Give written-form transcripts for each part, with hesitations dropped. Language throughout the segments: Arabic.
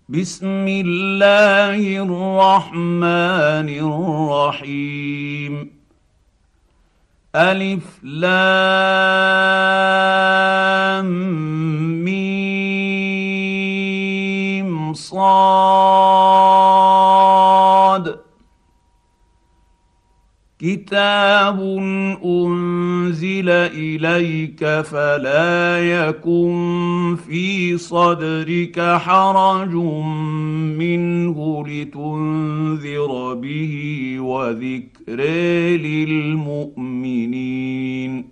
بسم الله الرحمن الرحيم. ألف لام ميم صاد. كتاب أنزل إليك فلا يكن في صدرك حرج منه لتنذر به وذكر للمؤمنين.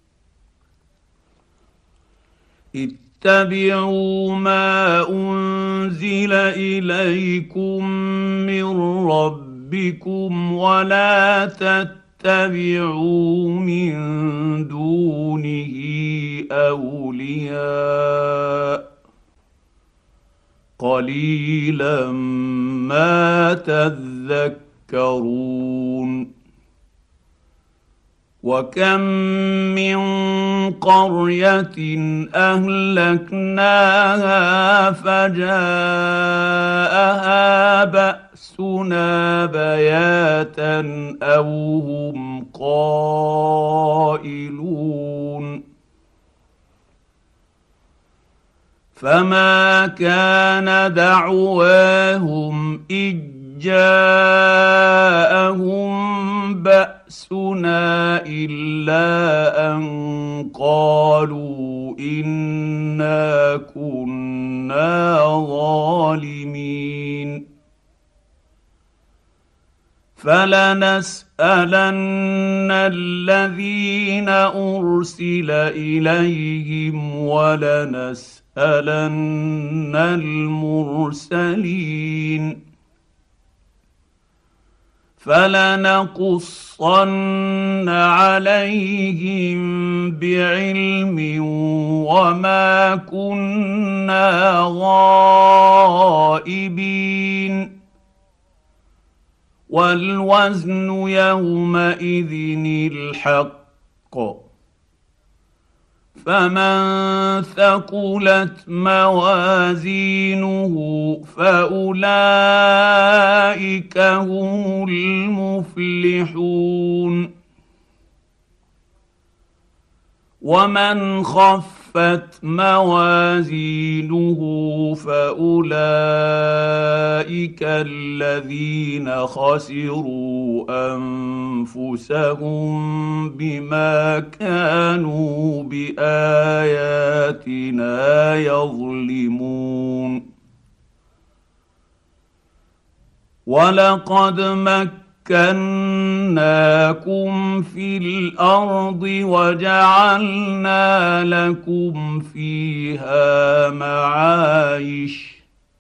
اتبعوا ما أنزل إليكم من ربكم ولا تتبعوا من دونه أولياء قليلا ما تذكرون. وكم من قرية أهلكناها فجاءها بأسنا بياتا أو هم قائلون. فما كان دعواهم إذ جاءهم بأسنا إلا أن قالوا إنا كنا ظالمين. فلنسألن الذين أرسل إليهم ولنسألن المرسلين. فلنقصن عليهم بعلم وما كنا غائبين. والوزن يومئذ الحق. فمن ثقلت موازينه فأولئك هم المفلحون. ومن خفت موازينه فأولئك الذين خسروا أنفسهم بما كانوا بآياتنا يظلمون. ولقد مكناكم في الأرض وجعلنا لكم فيها معايش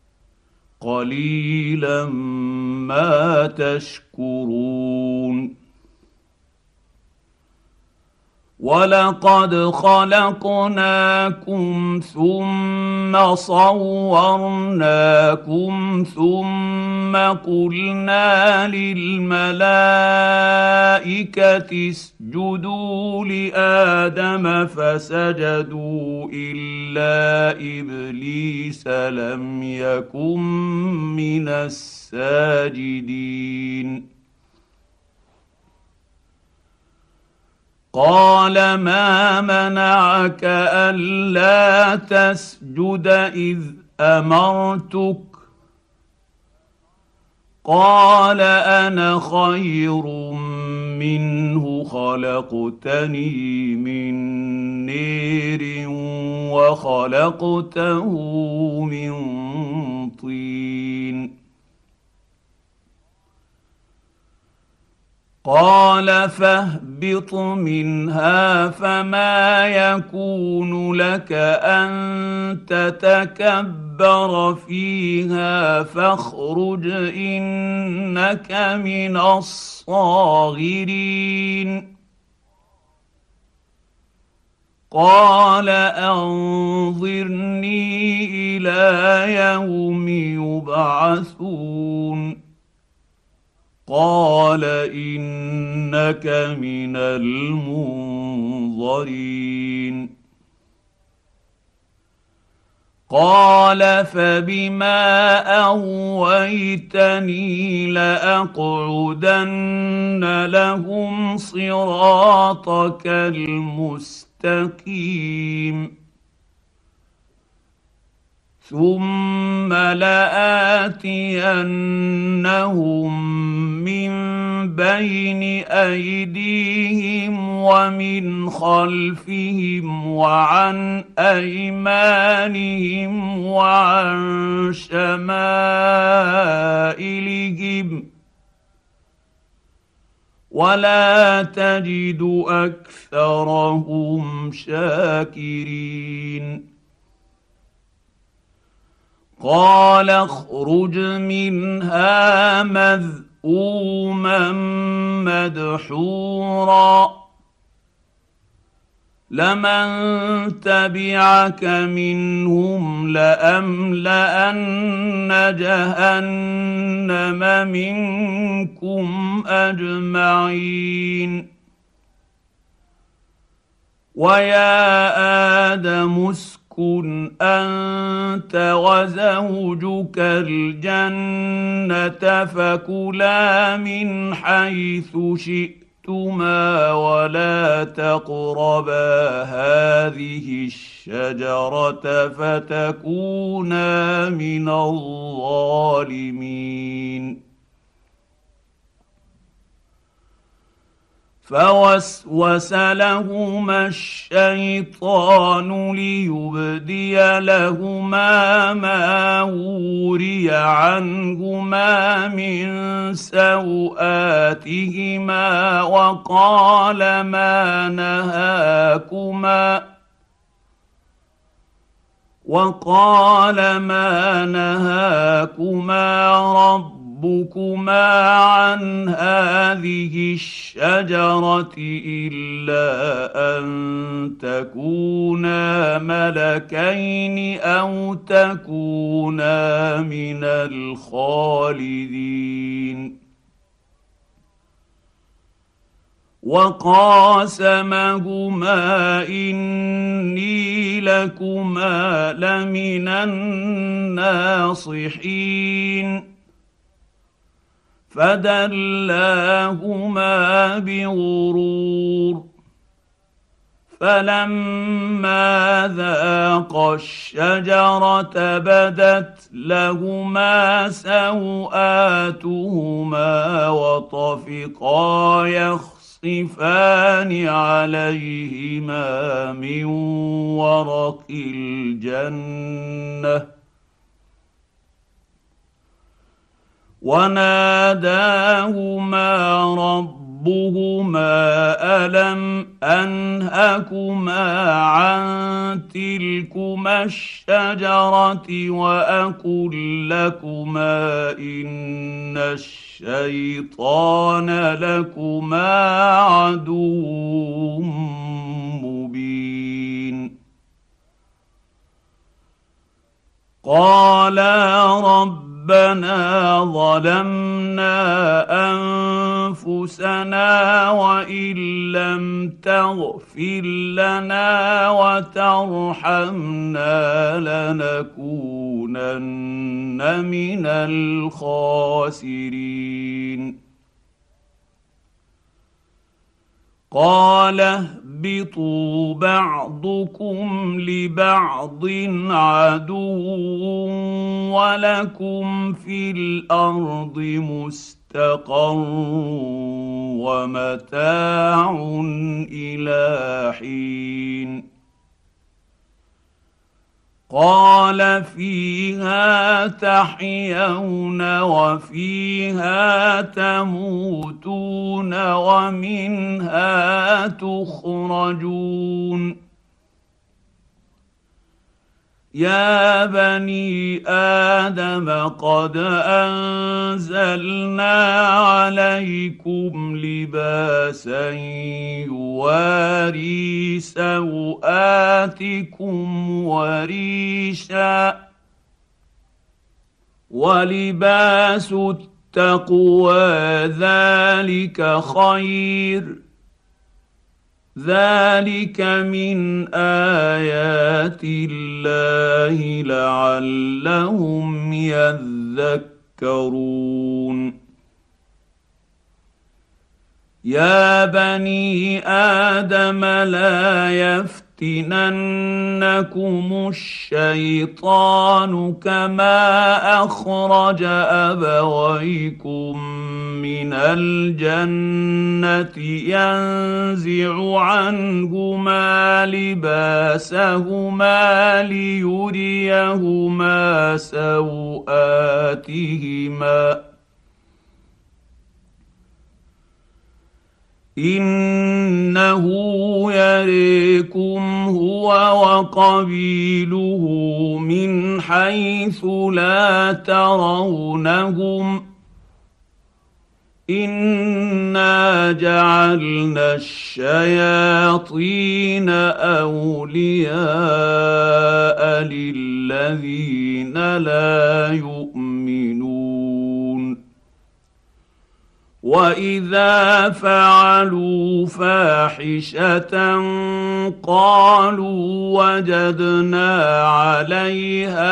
قليلا ما تشكرون. ولقد خلقناكم ثم صورناكم ثم قلنا للملائكة اسجدوا لآدم فسجدوا إلا إبليس لم يكن من الساجدين. قال ما منعك ألا تسجد إذ أمرتك؟ قال أنا خير منه خلقتني من نير وخلقته من طين. قال فاهبط منها فما يكون لك أن تتكبر فيها فاخرج إنك من الصاغرين. قال أنظرني إلى يوم يبعثون. قال إنك من المنظرين. قال فبما اغويتني لاقعدن لهم صراطك المستقيم ثم لاتينهم من بين ايديهم ومن خلفهم وعن ايمانهم وعن شمائلهم ولا تجد اكثرهم شاكرين قال اخرج منها مذءوما مدحورا لمن تبعك منهم لأملأن جهنم منكم أجمعين ويا آدم اسكن أنت وزوجك الجنة فكلا من حيث شئتما ولا تقربا هذه الشجرة فتكونا من الظالمين فوسوس لهما الشيطان ليبدي لهما ما وري عنهما من سوآتهما وقال ما نهاكما ربكما عن هذه الشجرة إلا أن تكونا ملكين أو تكونا من الخالدين وقاسمهما إني لكما لمن الناصحين فدلاهما بغرور فلما ذاقا الشجرة بدت لهما سوآتهما وطفقا يخصفان عليهما من ورق الجنة وناداهما ربهما ألم أنهكما عن تلكما الشجرة وأقل لكما إن الشيطان لكما عدو مبين قالا ربنا ظلمنا أنفسنا وإن لم تغفر لنا وترحمنا لنكونن من الخاسرين قال اهبطوا بعضكم لبعض عدو ولكم في الأرض مستقر ومتاع إلى حين قال فيها تحيون وفيها تموتون ومنها تخرجون يا بني آدم قد أنزلنا عليكم لباسا يواري سوآتكم وريشا ولباس التقوى ذلك خير ذلك من ايات الله لعلهم يذكرون. يا بني ادم لا يفتننكم الشيطان كما اخرج ابويكم من الجنه ينزع عنهما لباسهما ليريهما سوآتهما إنه يريكم هو وقبيله من حيث لا ترونهم إنا جعلنا الشياطين أولياء للذين لا يؤمنون وإذا فعلوا فاحشة قالوا وجدنا عليها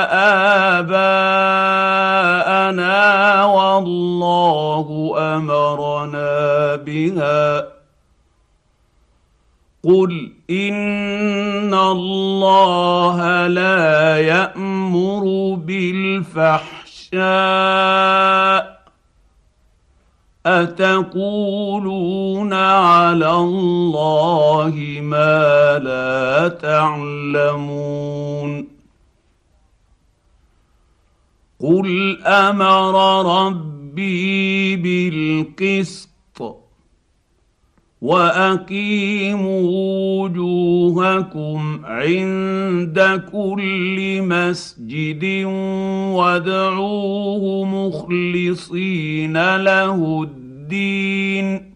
آباءنا والله أمرنا بها قل إن الله لا يأمر بالفحشاء أتقولون على الله ما لا تعلمون قل أمر ربي بالقسط وأقيموا وجوهكم عند كل مسجد وادعوه مخلصين له الدين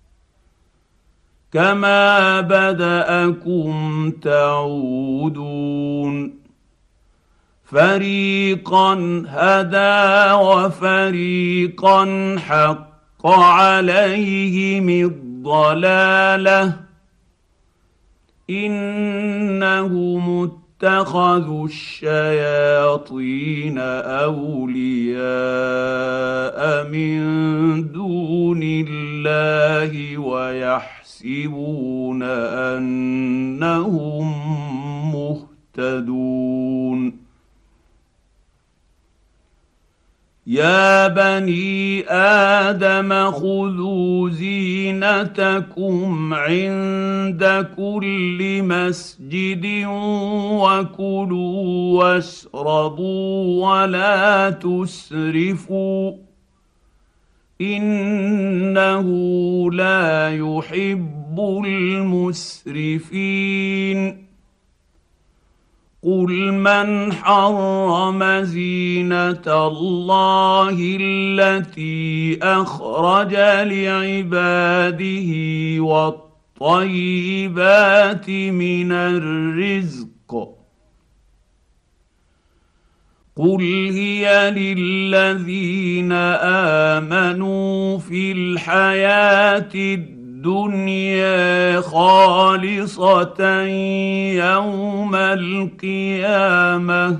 كما بدأكم تعودون فريقا هدى وفريقا حق عليهم الضلاله إنهم اتخذوا الشياطين أولياء من دون الله ويحسبون أنهم مهتدون يا بني آدم خذوا زينتكم عند كل مسجد وكلوا واشربوا ولا تسرفوا إنه لا يحب المسرفين قل من حرم زينة الله التي أخرج لعباده والطيبات من الرزق قل هي للذين آمنوا في الحياة الدنيا خالصة يوم القيامة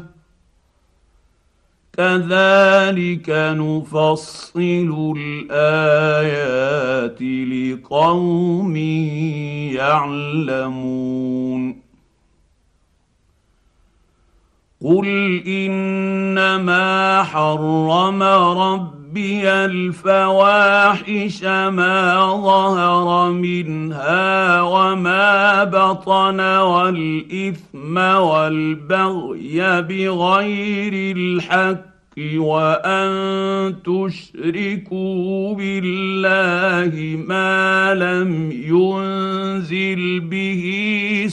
كذلك نفصل الآيات لقوم يعلمون قل إنما حرم ربي الفواحش ما ظهر منها وما بطن والإثم والبغي بغير الحق وأن تشركوا بالله ما لم ينزل به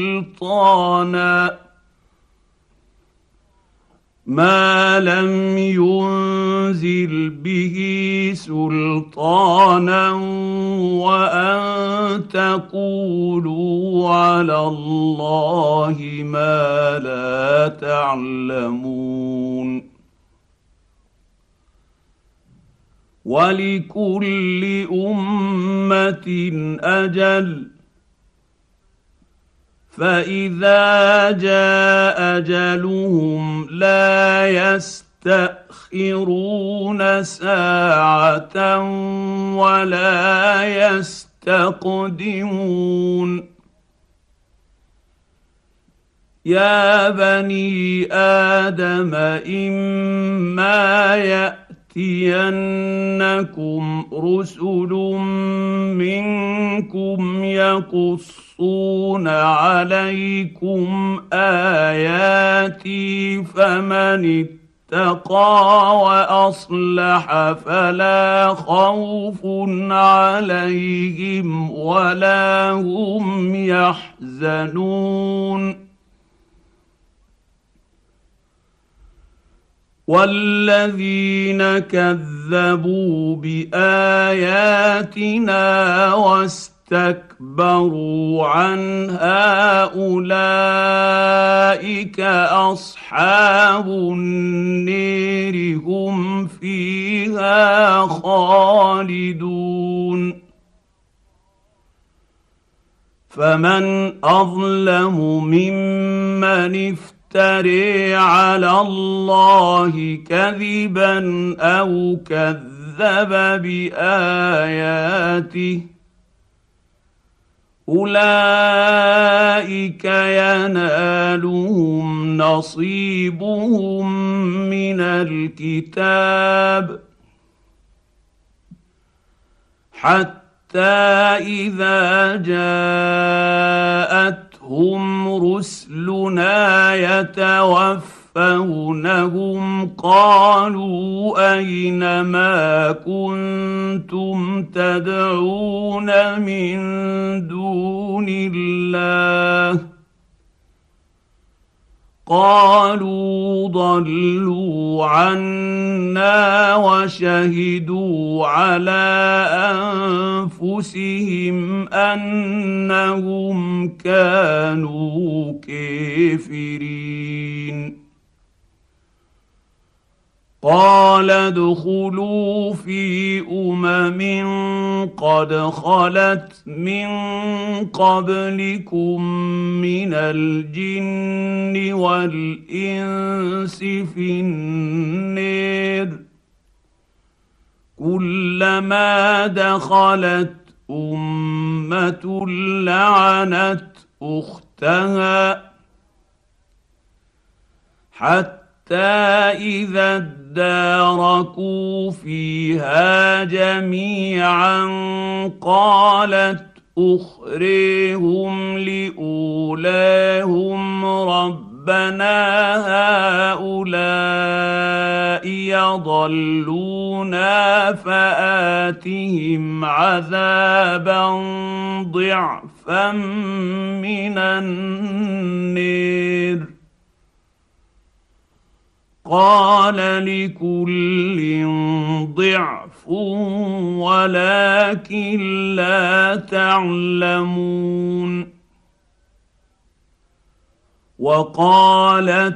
سلطانا وأن تقولوا على الله ما لا تعلمون ولكل أمة أجل فاذا جاء اجلهم لا يستأخرون ساعه ولا يستقدمون. يا بني آدم إما يأتينكم رسل منكم يقصون عليكم آياتي فمن اتقى وأصلح فلا خوف عليهم ولا هم يحزنون. والذين كذبوا بآياتنا واستكبروا عنها أولئك أصحاب النير هم فيها خالدون. فمن أظلم ممن افتري على الله كذبا أو كذب بآياته أولئك ينالهم نصيبهم من الكتاب حتى إذا جاءتهم رسلنا يتوفونهم قالوا أين ما كنتم تدعون من دون الله قالوا ضلوا عنا وشهدوا على أنفسهم أنهم كانوا كافرين. قال ادخلوا في قد خلت من قبلكم من الجن والإنس في النار كلما دخلت أمة لعنت أختها حتى إذا اداركوا فيها جميعا قالت أخريهم لأولاهم ربنا هؤلاء يضلونا فآتهم عذابا ضعفا من النار قال لكل ضعف ولكن لا تعلمون. وقالت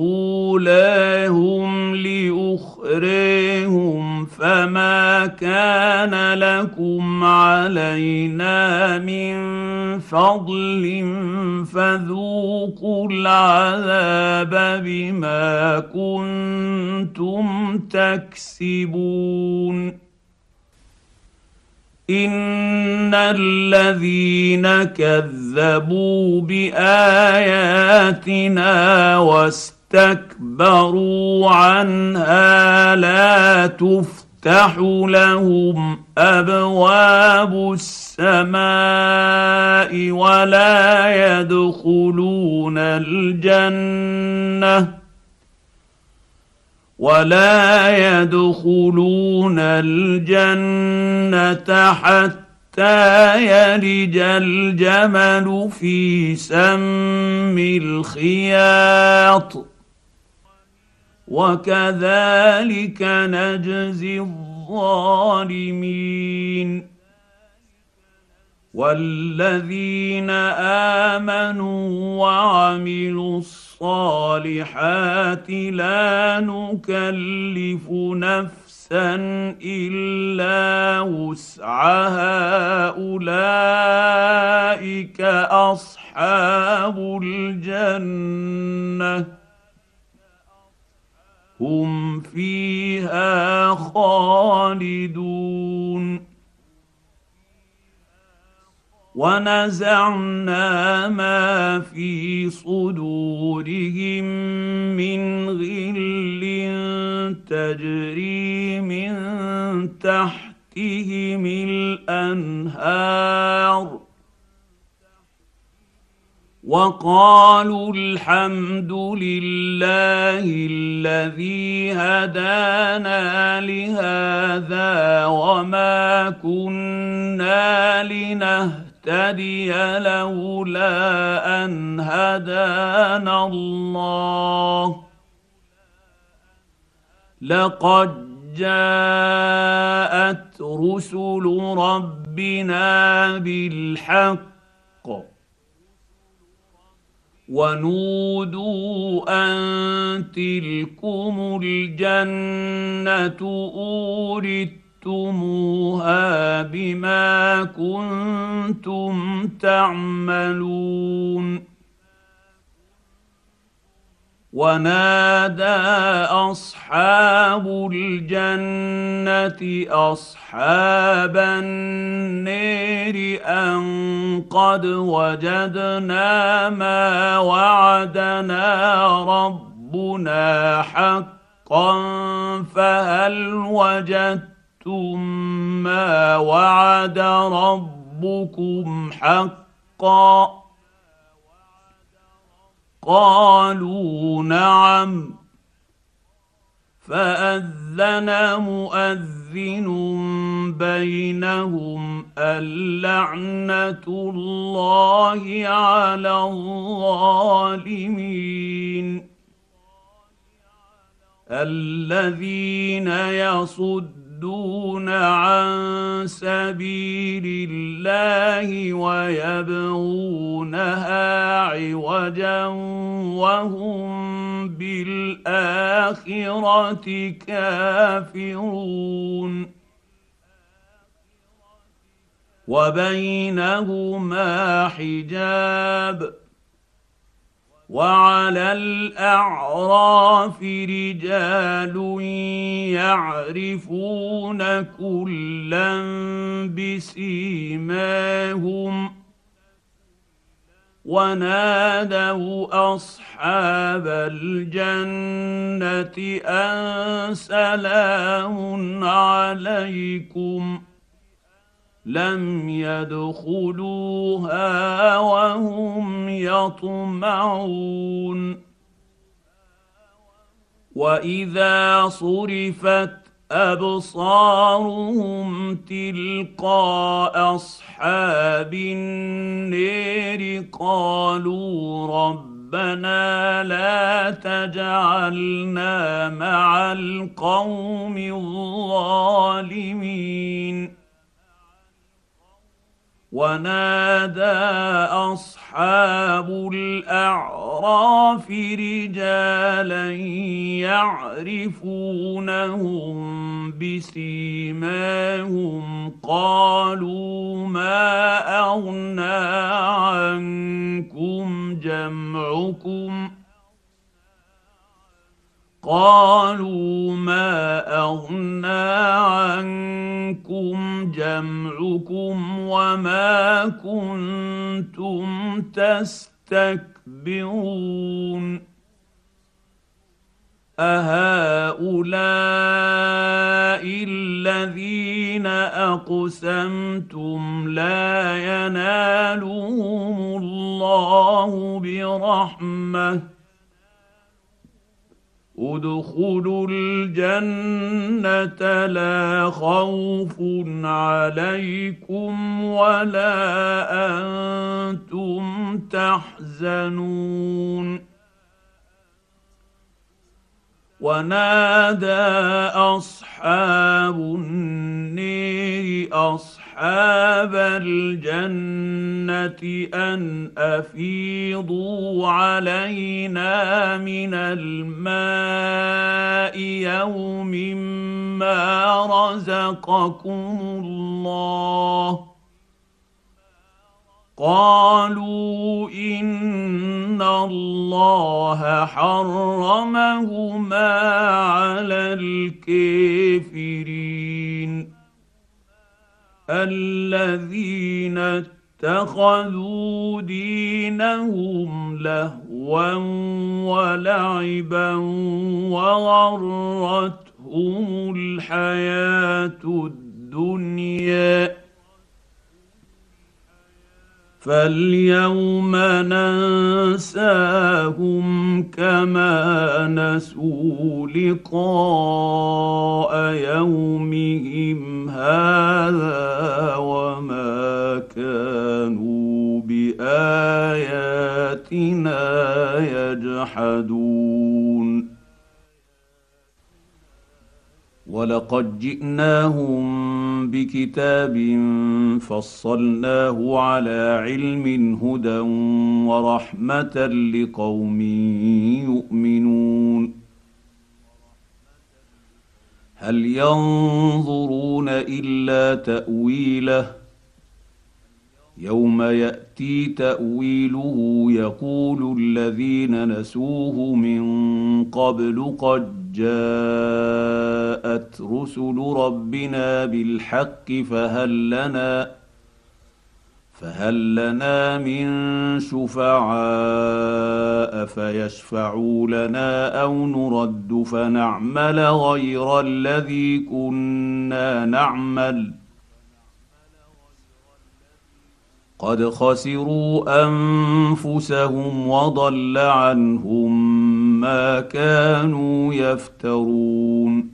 أولاهم لأخريهم فما كان لكم علينا من فضل فذوقوا العذاب بما كنتم تكسبون. إن الذين كذبوا بآياتنا واستكبروا عنها لا تفتح لهم أبواب السماء ولا يدخلون الجنة حتى يلج الجمل في سم الخياط وكذلك نجزي الظالمين. والذين آمنوا وعملوا الصالحات لا نكلف نفسا إلا وسعها أولئك أصحاب اصحاب الجنه هم فيها خالدون. ونزعنا ما في صدورهم من غل تجري من تحتهم الانهار وقالوا الحمد لله الذي هدانا لهذا وما كنا لنهتدي لولا ان هدانا الله لقد جاءت رسل ربنا بالحق ونودوا ان تلكم الجنه اورثتموها بما كنتم تعملون. ونادى اصحاب الجنه اصحاب النار ان قد وجدنا ما وعدنا ربنا حقا فهل وجدتم ما وعد ربكم حقا قالوا نعم فأذن مؤذن بينهم اللعنة الله على الظالمين. الذين يصدون عن سبيل الله ويبغونها عوجا وهم بالآخرة كافرون وبينهما حجاب وعلى الأعراف رجال يعرفون كلا بسيماهم ونادوا أصحاب الجنة أن سلام عليكم لم يدخلوها وهم يطمعون. وإذا صرفت أبصارهم تلقاء أصحاب النار قالوا ربنا لا تجعلنا مع القوم الظالمين. ونادى أصحاب الأعراف رجالا يعرفونهم بسيماهم قالوا ما أغنى عنكم جمعكم وما كنتم تستكبرون أهؤلاء الذين أقسمتم لا ينالهم الله برحمة ادخلوا الجنة لا خوف عليكم ولا أنتم تحزنون. ونادى أصحاب النار أصحاب الجنة أن أفيضوا علينا من الماء يوم ما رزقكم الله قالوا ان الله حرمهما على الكافرين الذين اتخذوا دينهم لهوا ولعبا وغرتهم الحياه الدنيا فاليوم ننساهم كما نسوا لقاء يومهم هذا وما كانوا باياتنا يجحدون ولقد جئناهم بكتاب فصلناه على علم هدى ورحمه لقوم يؤمنون هل ينظرون الا تاويله يوم ياتي تاويله يقول الذين نسوه من قبل قد جاءت رسل ربنا بالحق فهل لنا من شفعاء فيشفعوا لنا او نرد فنعمل غير الذي كنا نعمل قد خسروا انفسهم وضل عنهم ما كانوا يفترون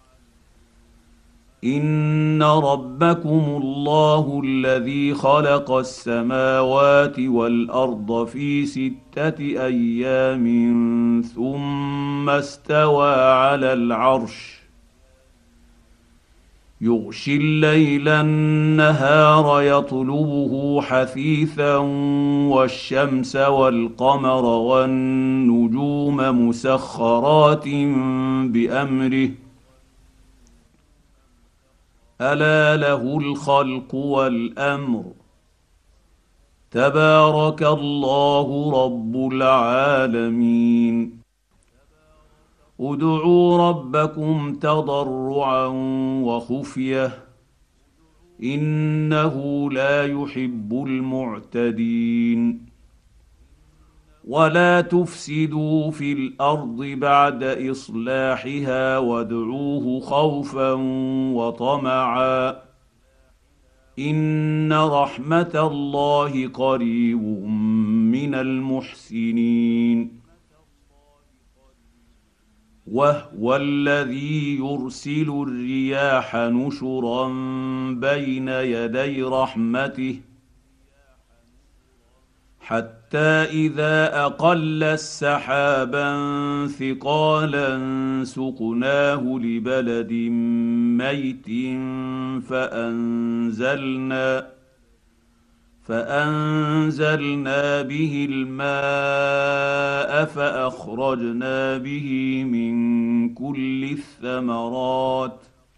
ان ربكم الله الذي خلق السماوات والارض في 6 ايام ثم استوى على العرش يغشي الليل النهار يطلبه حثيثا والشمس والقمر والنجوم مسخرات بامره الا له الخلق والامر تبارك الله رب العالمين ادعوا ربكم تضرعا وخفيه انه لا يحب المعتدين ولا تفسدوا في الارض بعد اصلاحها وادعوه خوفا وطمعا ان رحمه الله قريب من المحسنين وهو الذي يرسل الرياح نشرا بين يدي رحمته حتى اذا اقل السحابا ثقالا سقناه لبلد ميت فأنزلنا به الماء فأخرجنا به من كل الثمرات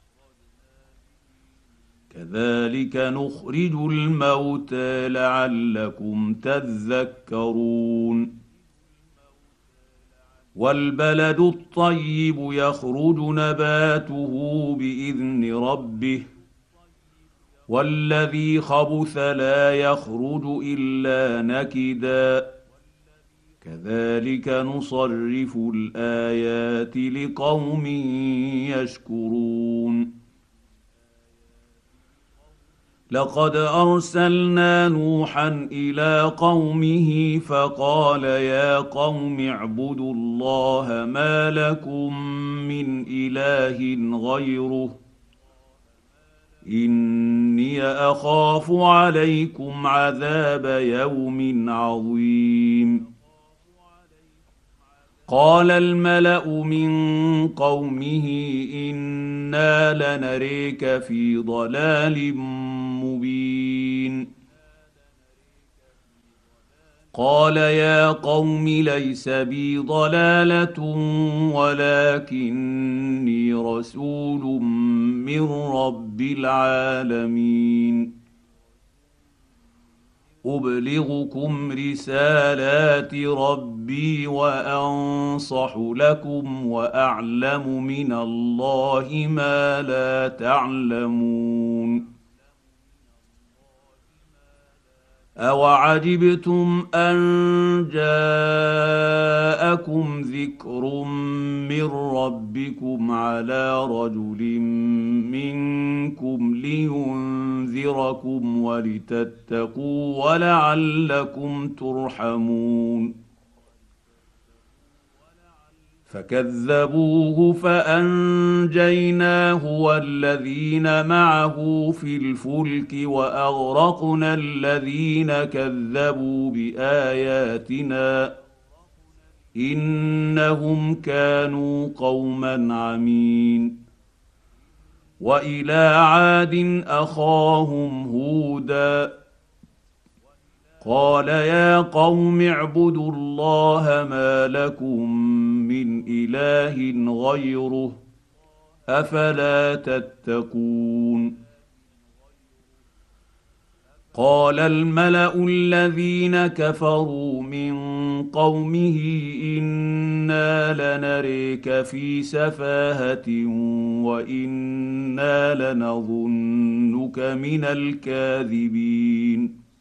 كذلك نخرج الموتى لعلكم تذكرون والبلد الطيب يخرج نباته بإذن ربه والذي خبث لا يخرج الا نكدا كذلك نصرف الايات لقوم يشكرون لقد ارسلنا نوحا الى قومه فقال يا قوم اعبدوا الله ما لكم من اله غيره اني اخاف عليكم عذاب يوم عظيم قال الملا من قومه انا لنريك في ضلال مبين قال يا قوم ليس بي ضلاله ولكني رسول من رب العالمين ابلغكم رسالات ربي وانصح لكم واعلم من الله ما لا تعلمون. اوعجبتم ان جاءكم ذكر من ربكم على رجل منكم لينذركم ولتتقوا ولعلكم ترحمون. فكذبوه فانجيناه والذين معه في الفلك واغرقنا الذين كذبوا باياتنا انهم كانوا قوما عمين. والى عاد اخاهم هودا قال يا قوم اعبدوا الله ما لكم من اله غيره افلا تتقون. قال الملا الذين كفروا من قومه انا لنريك في سفاهه وانا لنظنك من الكاذبين.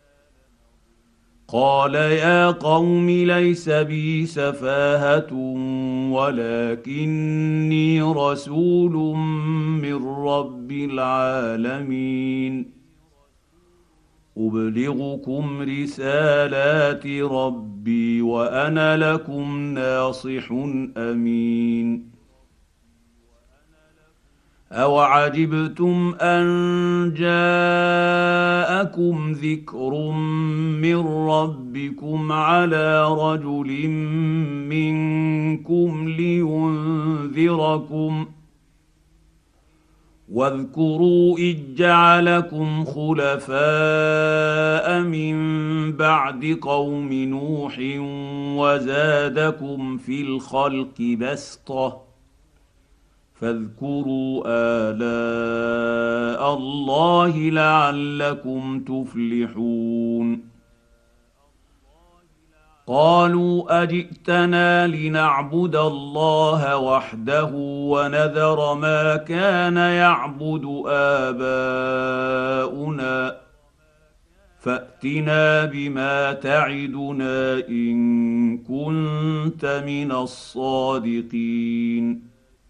قال يا قوم ليس بي سفاهه ولكني رسول من رب العالمين ابلغكم رسالات ربي وانا لكم ناصح امين. اوعجبتم ان جاءكم ذكر من ربكم على رجل منكم لينذركم واذكروا اذ جعلكم خلفاء من بعد قوم نوح وزادكم في الخلق بسطه فاذكروا آلاء الله لعلكم تفلحون. قالوا اجئتنا لنعبد الله وحده ونذر ما كان يعبد آباؤنا فأتنا بما تعدنا إن كنت من الصادقين.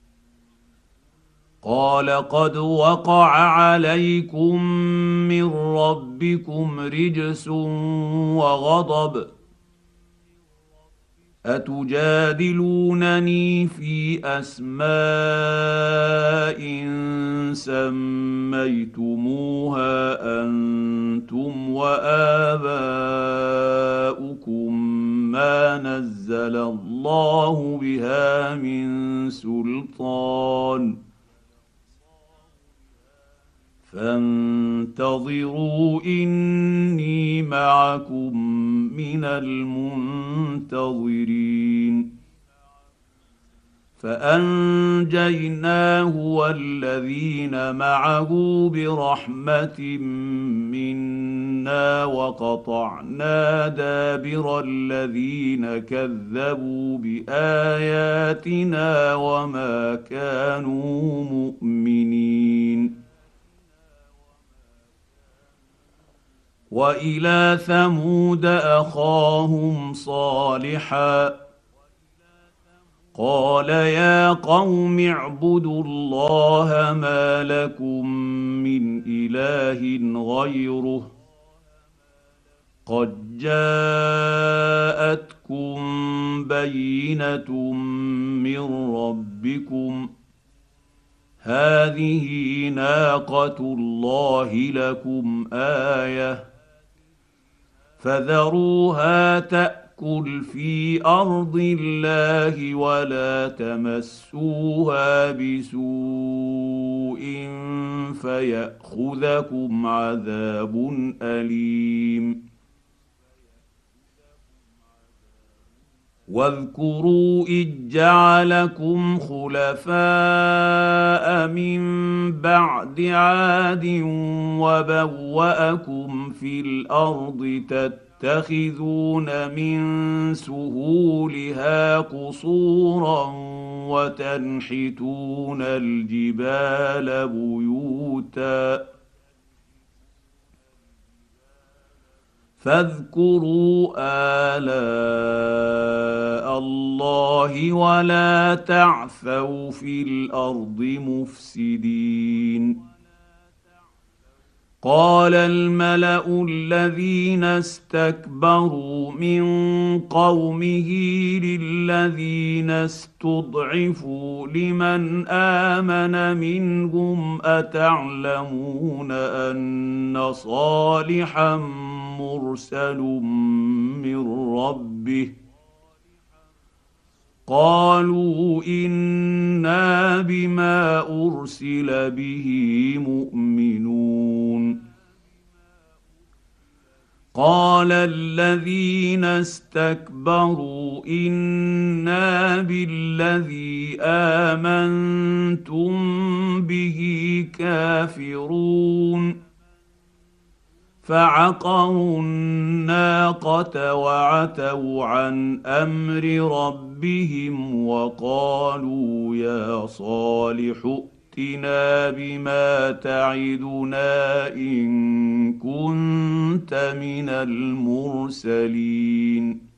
قال قد وقع عليكم من ربكم رجس وغضب اتجادلونني في اسماء سميتموها انتم واباؤكم ما نزل الله بها من سلطان فانتظروا اني معكم من المنتظرين. فانجيناه والذين معه برحمه منا وقطعنا دابر الذين كذبوا باياتنا وما كانوا مؤمنين. والى ثمود اخاهم صالحا قال يا قوم اعبدوا الله ما لكم من اله غيره قد جاءتكم بينه من ربكم هذه ناقه الله لكم ايه فذروها تاكل في ارض الله ولا تمسوها بسوء فياخذكم عذاب اليم. واذكروا اذ جعلكم خلفاء من بعد عاد وبوأكم في الارض تتخذون من سهولها قصورا وتنحتون الجبال بيوتا فاذكروا آلاء الله ولا تعثوا في الأرض مفسدين. قال الملأ الذين استكبروا من قومه للذين استضعفوا لمن آمن منهم أتعلمون أن صالحا مرسل من ربه قالوا إنا بما أرسل به مؤمنون. قال الذين استكبروا إنا بالذي آمنتم به كافرون فعقروا الناقة وعتوا عن أمر ربهم وقالوا يا صالح ائتنا بما تعدنا إن كنت من المرسلين.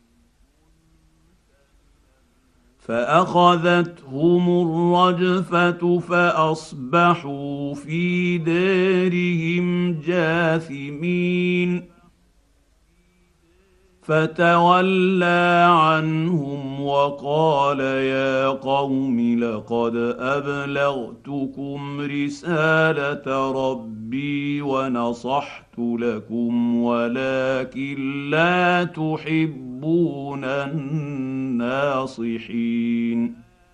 فأخذتهم الرجفة فأصبحوا في دارهم جاثمين. فتولى عنهم وقال يا قوم لقد أبلغتكم رسالة ربي ونصحت لكم ولكن لا تحبون الناصحين.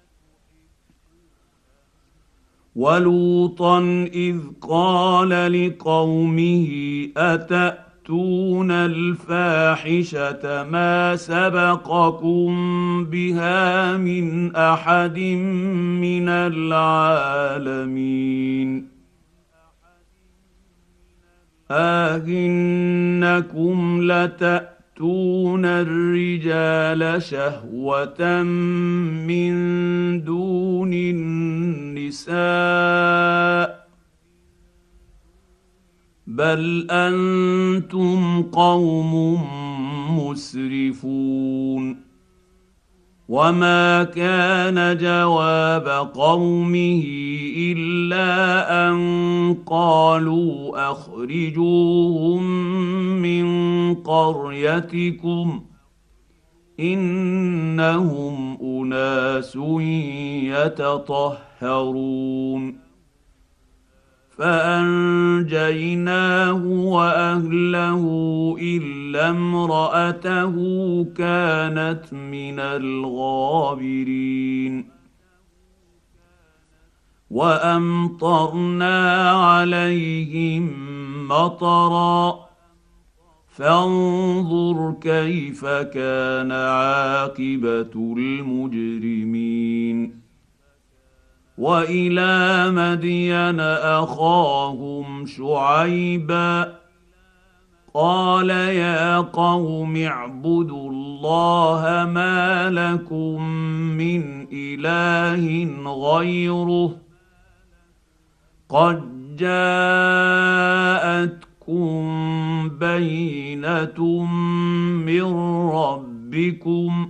ولوطا إذ قال لقومه أتأتون الفاحشة ما سبقكم بها من أحد من العالمين أئنكم لتأتون الرجال شهوة من دون النساء بل أنتم قوم مسرفون. وما كان جواب قومه إلا أن قالوا أخرجوهم من قريتكم إنهم أناس يتطهرون. فأنجيناه وأهله إلا امرأته كانت من الغابرين. وأمطرنا عليهم مطرا فانظر كيف كان عاقبة المجرمين. وإلى مدين أخاهم شعيبا قال يا قوم اعبدوا الله ما لكم من إله غيره قد جاءتكم بينة من ربكم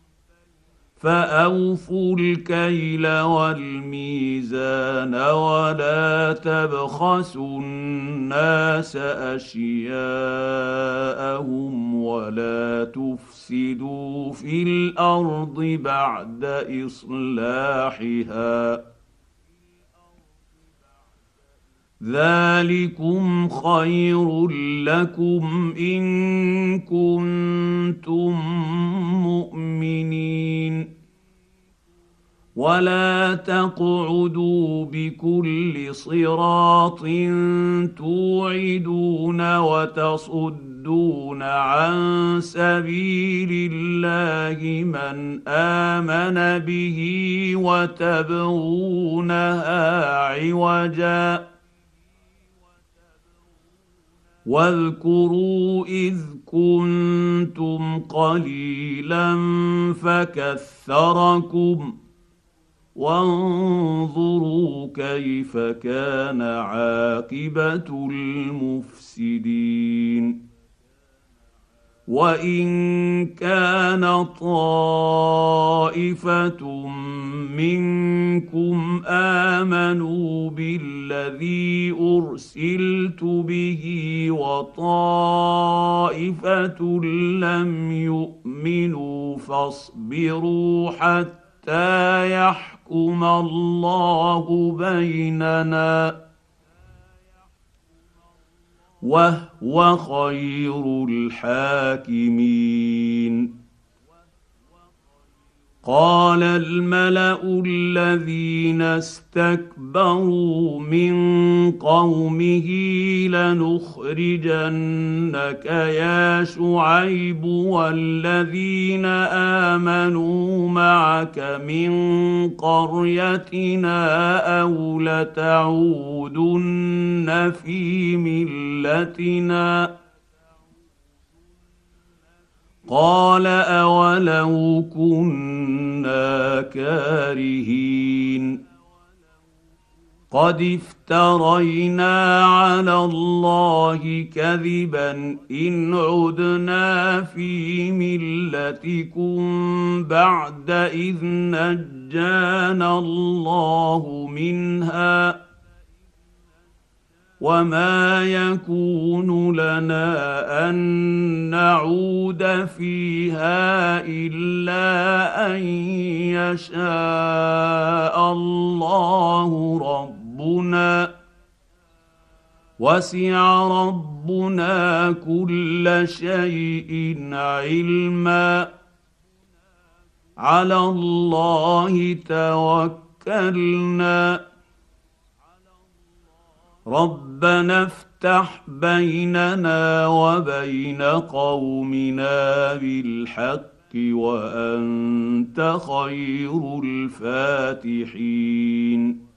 فأوفوا الكيل والميزان ولا تبخسوا الناس أشياءهم ولا تفسدوا في الأرض بعد إصلاحها ذلكم خير لكم إن كنتم مؤمنين. ولا تقعدوا بكل صراط توعدون وتصدون وتصدون عن سبيل الله من آمن به وتبغونها عوجا واذكروا إذ كنتم قليلا فكثركم وانظروا كيف كان عاقبة المفسدين وإن كان طائفة منكم آمنوا بالذي أرسلت به وطائفة لم يؤمنوا فاصبروا حتى يحكم الله بيننا وهو خير الحاكمين. قال الملأ الذين استكبروا من قومه لنخرجنك يا شعيب والذين آمنوا معك من قريتنا أو لتعودن في ملتنا قال أولو كنا كارهين قد افترينا على الله كذبا إن عدنا في ملتكم بعد إذ نجانا الله منها وما يكون لنا أن نعود فيها إلا أن يشاء الله ربنا وسع ربنا كل شيء علما على الله توكلنا ربنا افتح بيننا وبين قومنا بالحق وأنت خير الفاتحين.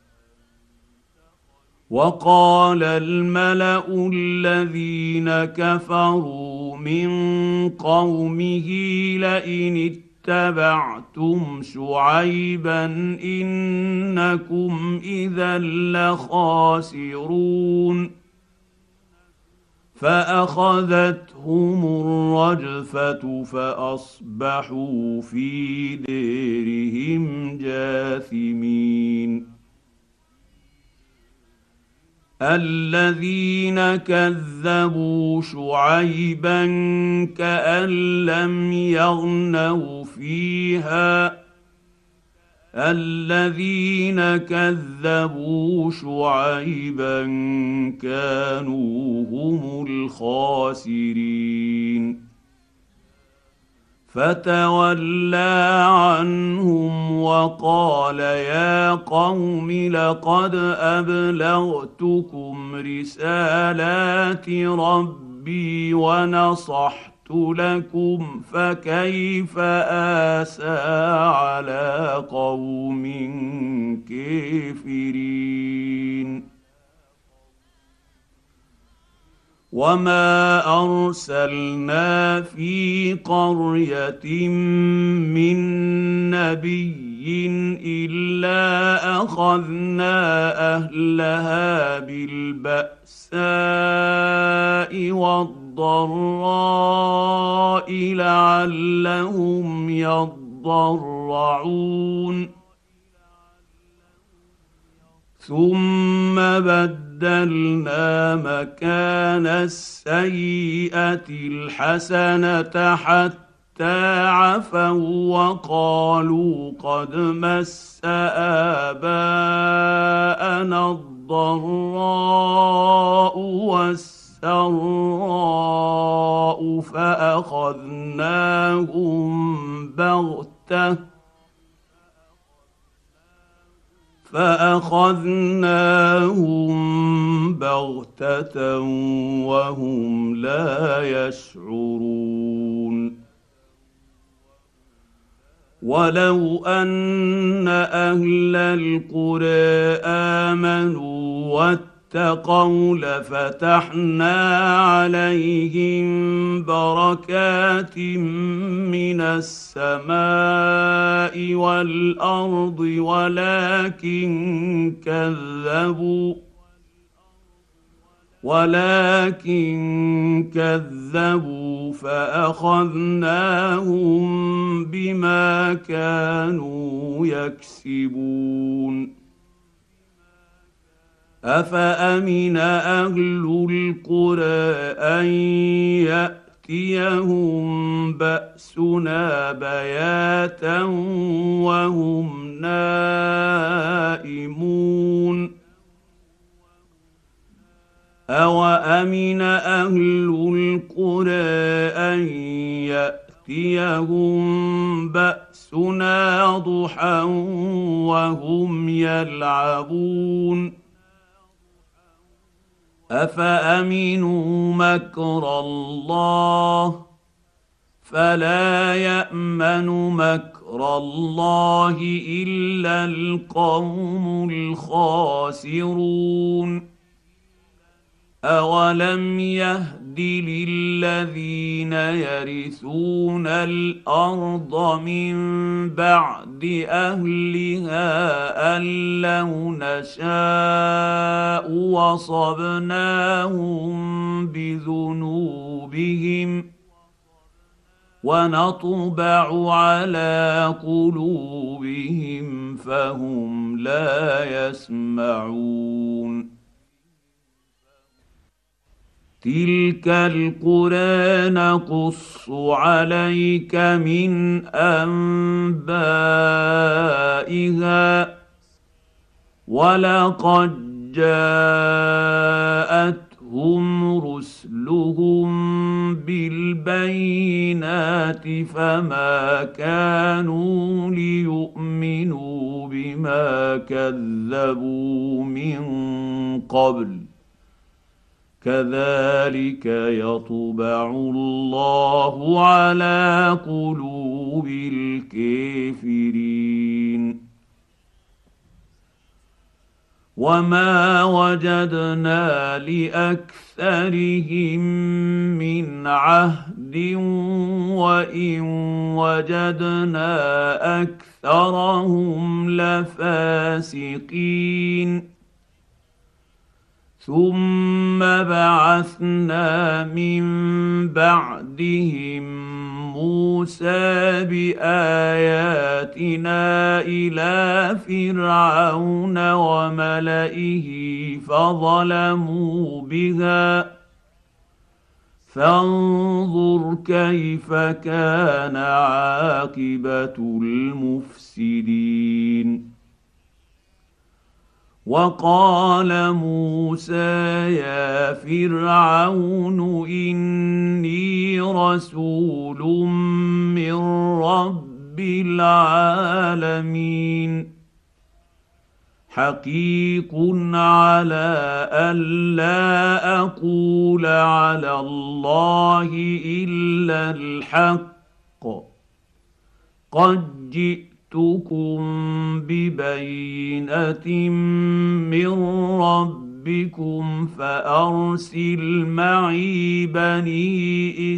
وقال الملأ الذين كفروا من قومه لئن اتبعتم شعيبا إنكم إذا لخاسرون فأخذتهم الرجفة فأصبحوا في ديرهم جاثمين. الذين كذبوا شعيبا كأن لم يغنوا فيها الذين كذبوا شعيبا كانوا هم الخاسرين. فتولى عنهم وقال يا قوم لقد أبلغتكم رسالات ربي ونصحت لكم فكيف آسى على قوم كافرين. وما أرسلنا في قرية من نبي إلا أخذنا أهلها بالبأساء والضراء لعلهم يضرعون ثم بدلنا مكان السيئة الحسنة حتى عفوا وقالوا قد مس آباءنا الضراء والسراء فأخذناهم بغتة فاخذناهم بغته وهم لا يشعرون. ولو ان اهل القرى امنوا واتقوا لفتحنا عليهم بركات من السماء والارض ولكن كذبوا فاخذناهم بما كانوا يكسبون. افامن اهل القرى ان ياتيهم باسنا بياتا وهم نائمون. أوأمن أهل القرى أن يأتيهم بأسنا ضحى وهم يلعبون. أفأمنوا مكر الله فلا يأمن مكر الله إلا القوم الخاسرون. أولم يهد للذين يرثون الأرض من بعد أهلها أن لو نشاء وصبناهم بذنوبهم ونطبع على قلوبهم فهم لا يسمعون. تلك القرى نقص عليك من انبائها ولقد جاءتهم رسلهم بالبينات فما كانوا ليؤمنوا بما كذبوا من قبل كذلك يطبع الله على قلوب الكافرين. وما وجدنا لأكثرهم من عهد وإن وجدنا أكثرهم لفاسقين. ثم بعثنا من بعدهم موسى بآياتنا إلى فرعون وملئه فظلموا بها فانظر كيف كان عاقبة المفسدين. وقال موسى يا فرعون إني رسول من رب العالمين حقيق على ألا أقول على الله إلا الحق قد جئتكم ببينة من ربكم فأرسل معي بني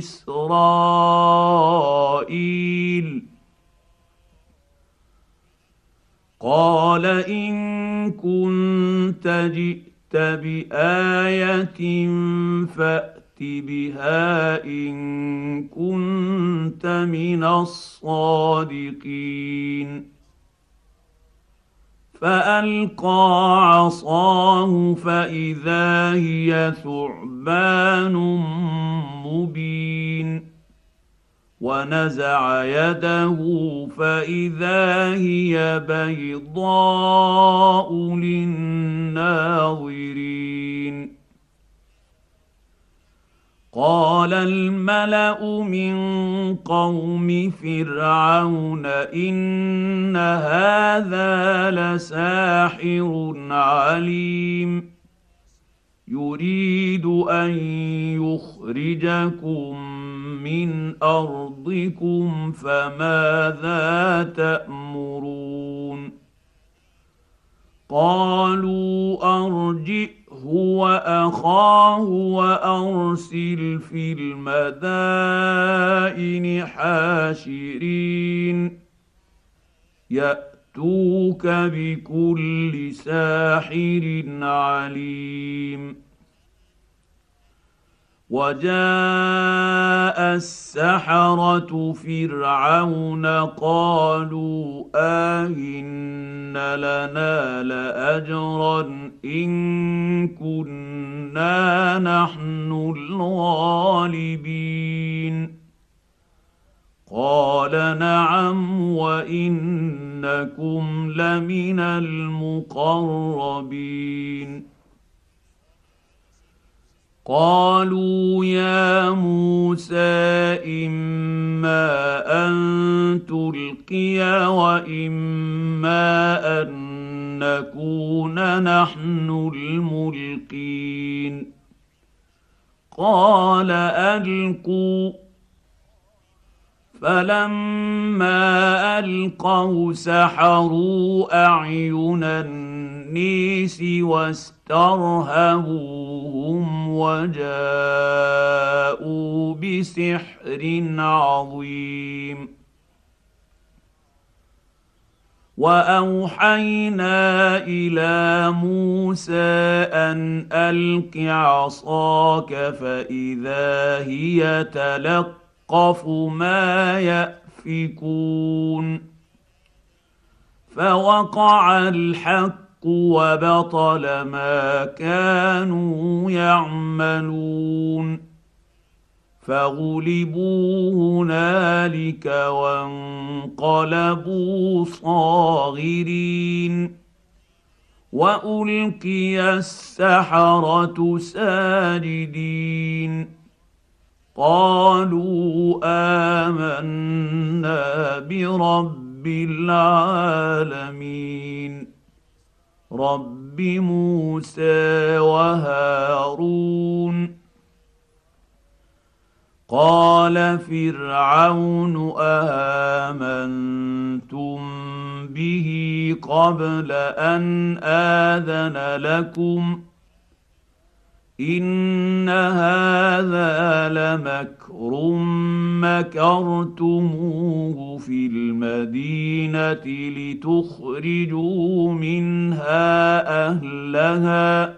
إسرائيل. قال إن كنت جئت بآية فأت بها إن كنت من الصادقين. فألقى عصاه فإذا هي ثعبان مبين ونزع يده فإذا هي بيضاء للناظرين. قال الملا من قوم فرعون ان هذا لساحر عليم يريد ان يخرجكم من ارضكم فماذا تأمرون قالوا ارجئه واخاه وارسل في المدائن حاشرين ياتوك بكل ساحر عليم وجاء السحرة فرعون قالوا آهن لنا لأجرا إن كنا نحن الغالبين قال نعم وإنكم لمن المقربين قالوا يا موسى إما أن تلقي وإما أن نكون نحن الملقين قال ألقوا فلما ألقوا سحروا أعين النيس واسترهبوهم وجاءوا بسحر عظيم وأوحينا إلى موسى أن ألق عصاك فإذا هي تلقف ما يأفكون فوقع الحق وبطل ما كانوا يعملون فغلبوا هنالك وانقلبوا صاغرين والقي السحرة ساجدين قالوا آمنا برب العالمين رب موسى وهارون قال فرعون آمنتم به قبل أن آذن لكم إن هذا لمكر مكرتموه في المدينة لتخرجوا منها أهلها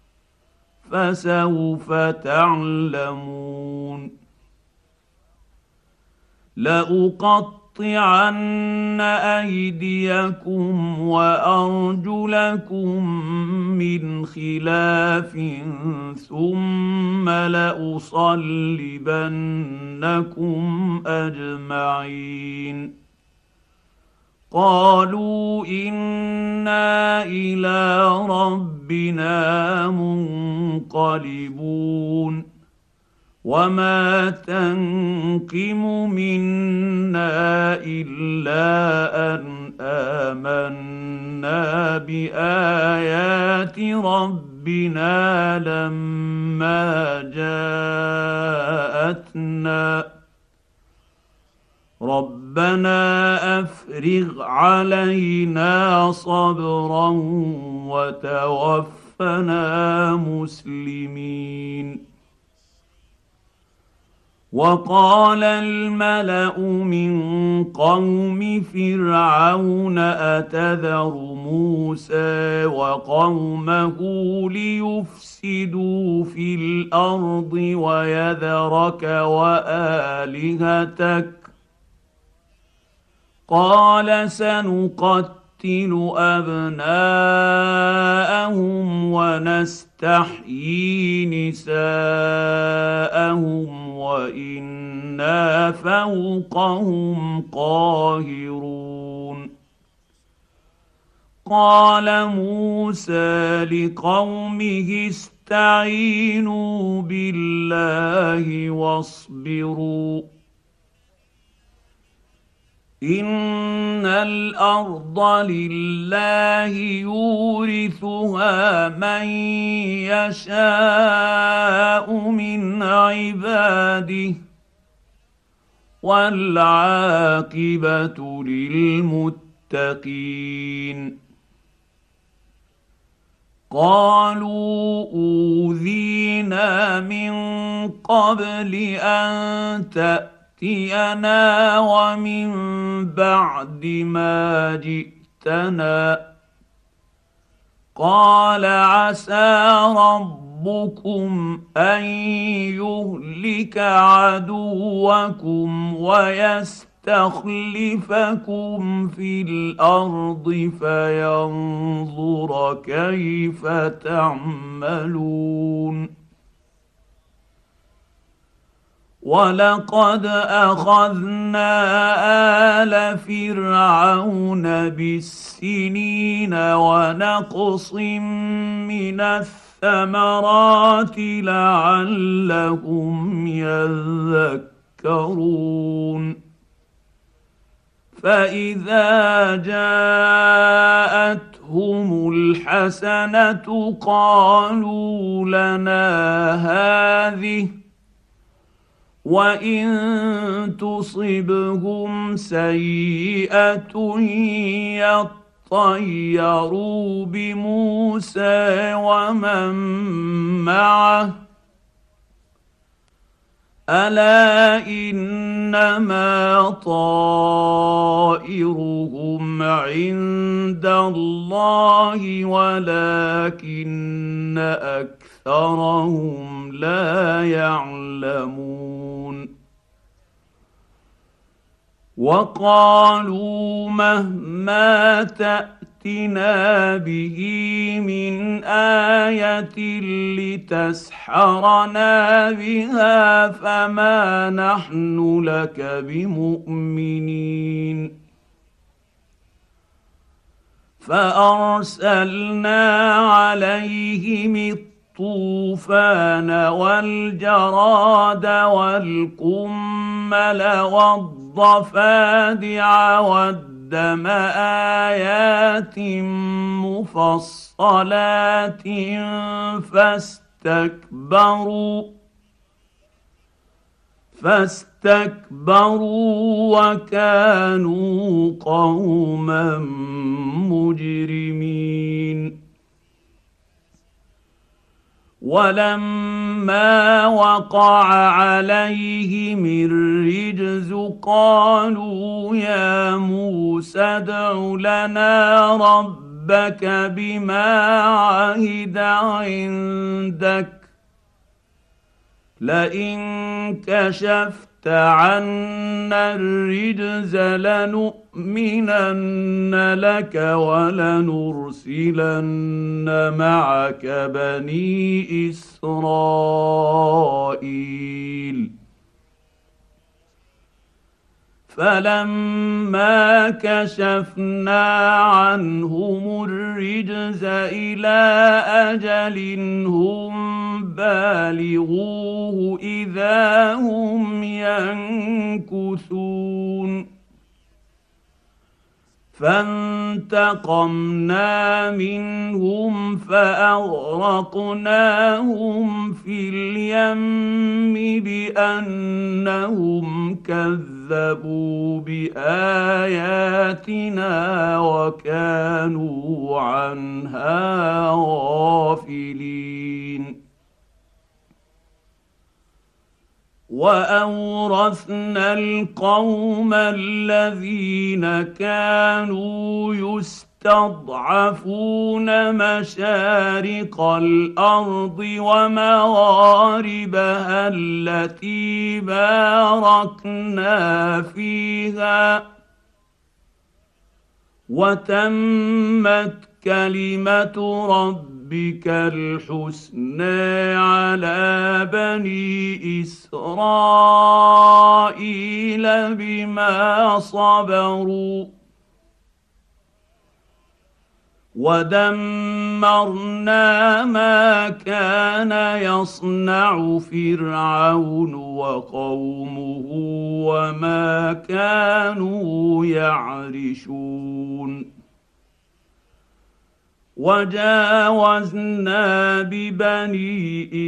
فسوف تعلمون لأقطعن أيديكم وأرجلكم من خلاف ثم لأصلبنكم أجمعين قالوا إنا إلى ربنا منقلبون وما تنقم منا إلا أن آمنا بآيات ربنا لما جاءتنا ربنا أفرغ علينا صبرا وتوفنا مسلمين وقال الملأ من قوم فرعون أتذر موسى وقومه ليفسدوا في الأرض ويذرك وآلهتك قال سنقتل أبناءهم ونستحيي نساءهم وإنا فوقهم قاهرون قال موسى لقومه فاستعينوا بالله واصبروا ان الارض لله يورثها من يشاء من عباده والعاقبه للمتقين. قالوا اوذينا من قبل ان تأتينا ومن بعد ما جئتنا. قال عسى ربكم ان يهلك عدوكم ويستخلفكم في الارض فينظر كيف تعملون. ولقد اخذنا ال فرعون بالسنين ونقص من الثمرات لعلهم يذكرون. فاذا جاءتهم الحسنه قالوا لنا هذه وان تصبهم سيئه يطيروا بموسى ومن معه الا انما طائرهم عند الله ولكن اكثرهم لا يعلمون. وقالوا مهما تأتنا به من آية لتسحرنا بها فما نحن لك بمؤمنين. فأرسلنا عليهم الطوفان والجراد والقمل والضفادع والدم آيات مفصلات فاستكبروا وكانوا قوما مجرمين. ولما وقع عليهم الرجز قالوا يا موسى ادع لنا ربك بما عهد عندك لئن كشفت عنا الرجز لنؤمنن لك ولنرسلن معك بني إسرائيل. فلما كشفنا عنهم الرجز إلى أجل هم بالغوه إذا هم ينكثون. فانتقمنا منهم فأغرقناهم في اليم بأنهم كذبوا بآياتنا وكانوا عنها غافلين. وأورثنا القوم الذين كانوا يستضعفون مشارق الأرض ومغاربها التي باركنا فيها وتمت كلمة ربك الحسنى على بني إسرائيل بما صبروا ودمرنا ما كان يصنع فرعون وقومه وما كانوا يعرشون. وجاوزنا ببني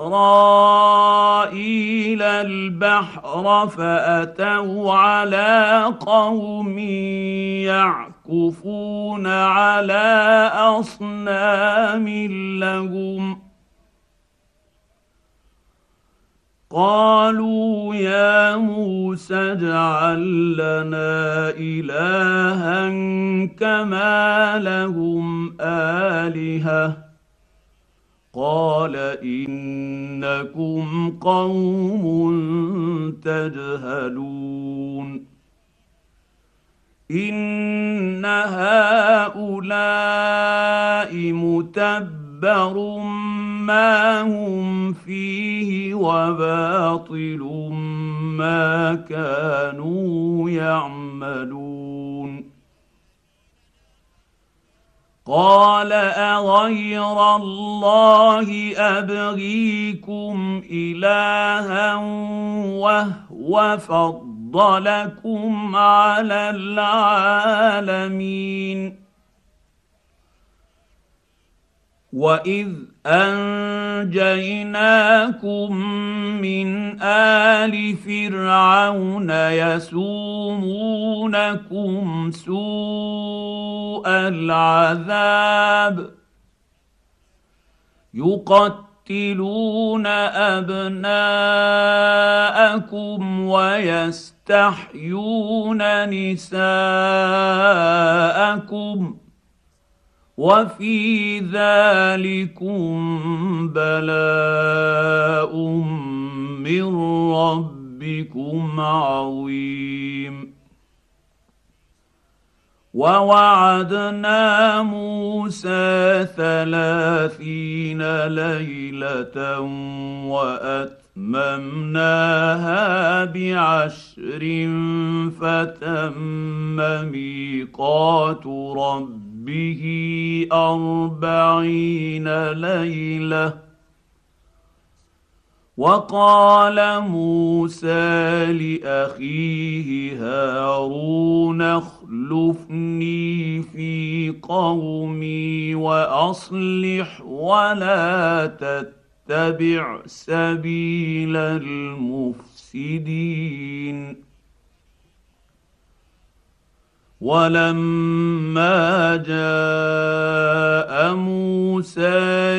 إسرائيل البحر فأتوا على قوم يعكفون على أصنام لهم قالوا يا موسى اجعل لنا إلها كما لهم آلهة قال إنكم قوم تجهلون. إن هؤلاء متبر ما هم فيه وباطل ما كانوا يعملون. قال أغير الله أبغيكم إلها وهو فضلكم على العالمين. وإذ أنجيناكم من آل فرعون يسومونكم سوء العذاب يقتلون أبناءكم ويستحيون نساءكم وفي ذلكم بلاء من ربكم عظيم. ووعدنا موسى 30 ليلة وأتممناها ب10 فتم ميقات ربه 40 ليلة. وقال موسى لأخيه هارون اخلفني في قومي وأصلح ولا تتبع سبيل المفسدين. ولما جاء موسى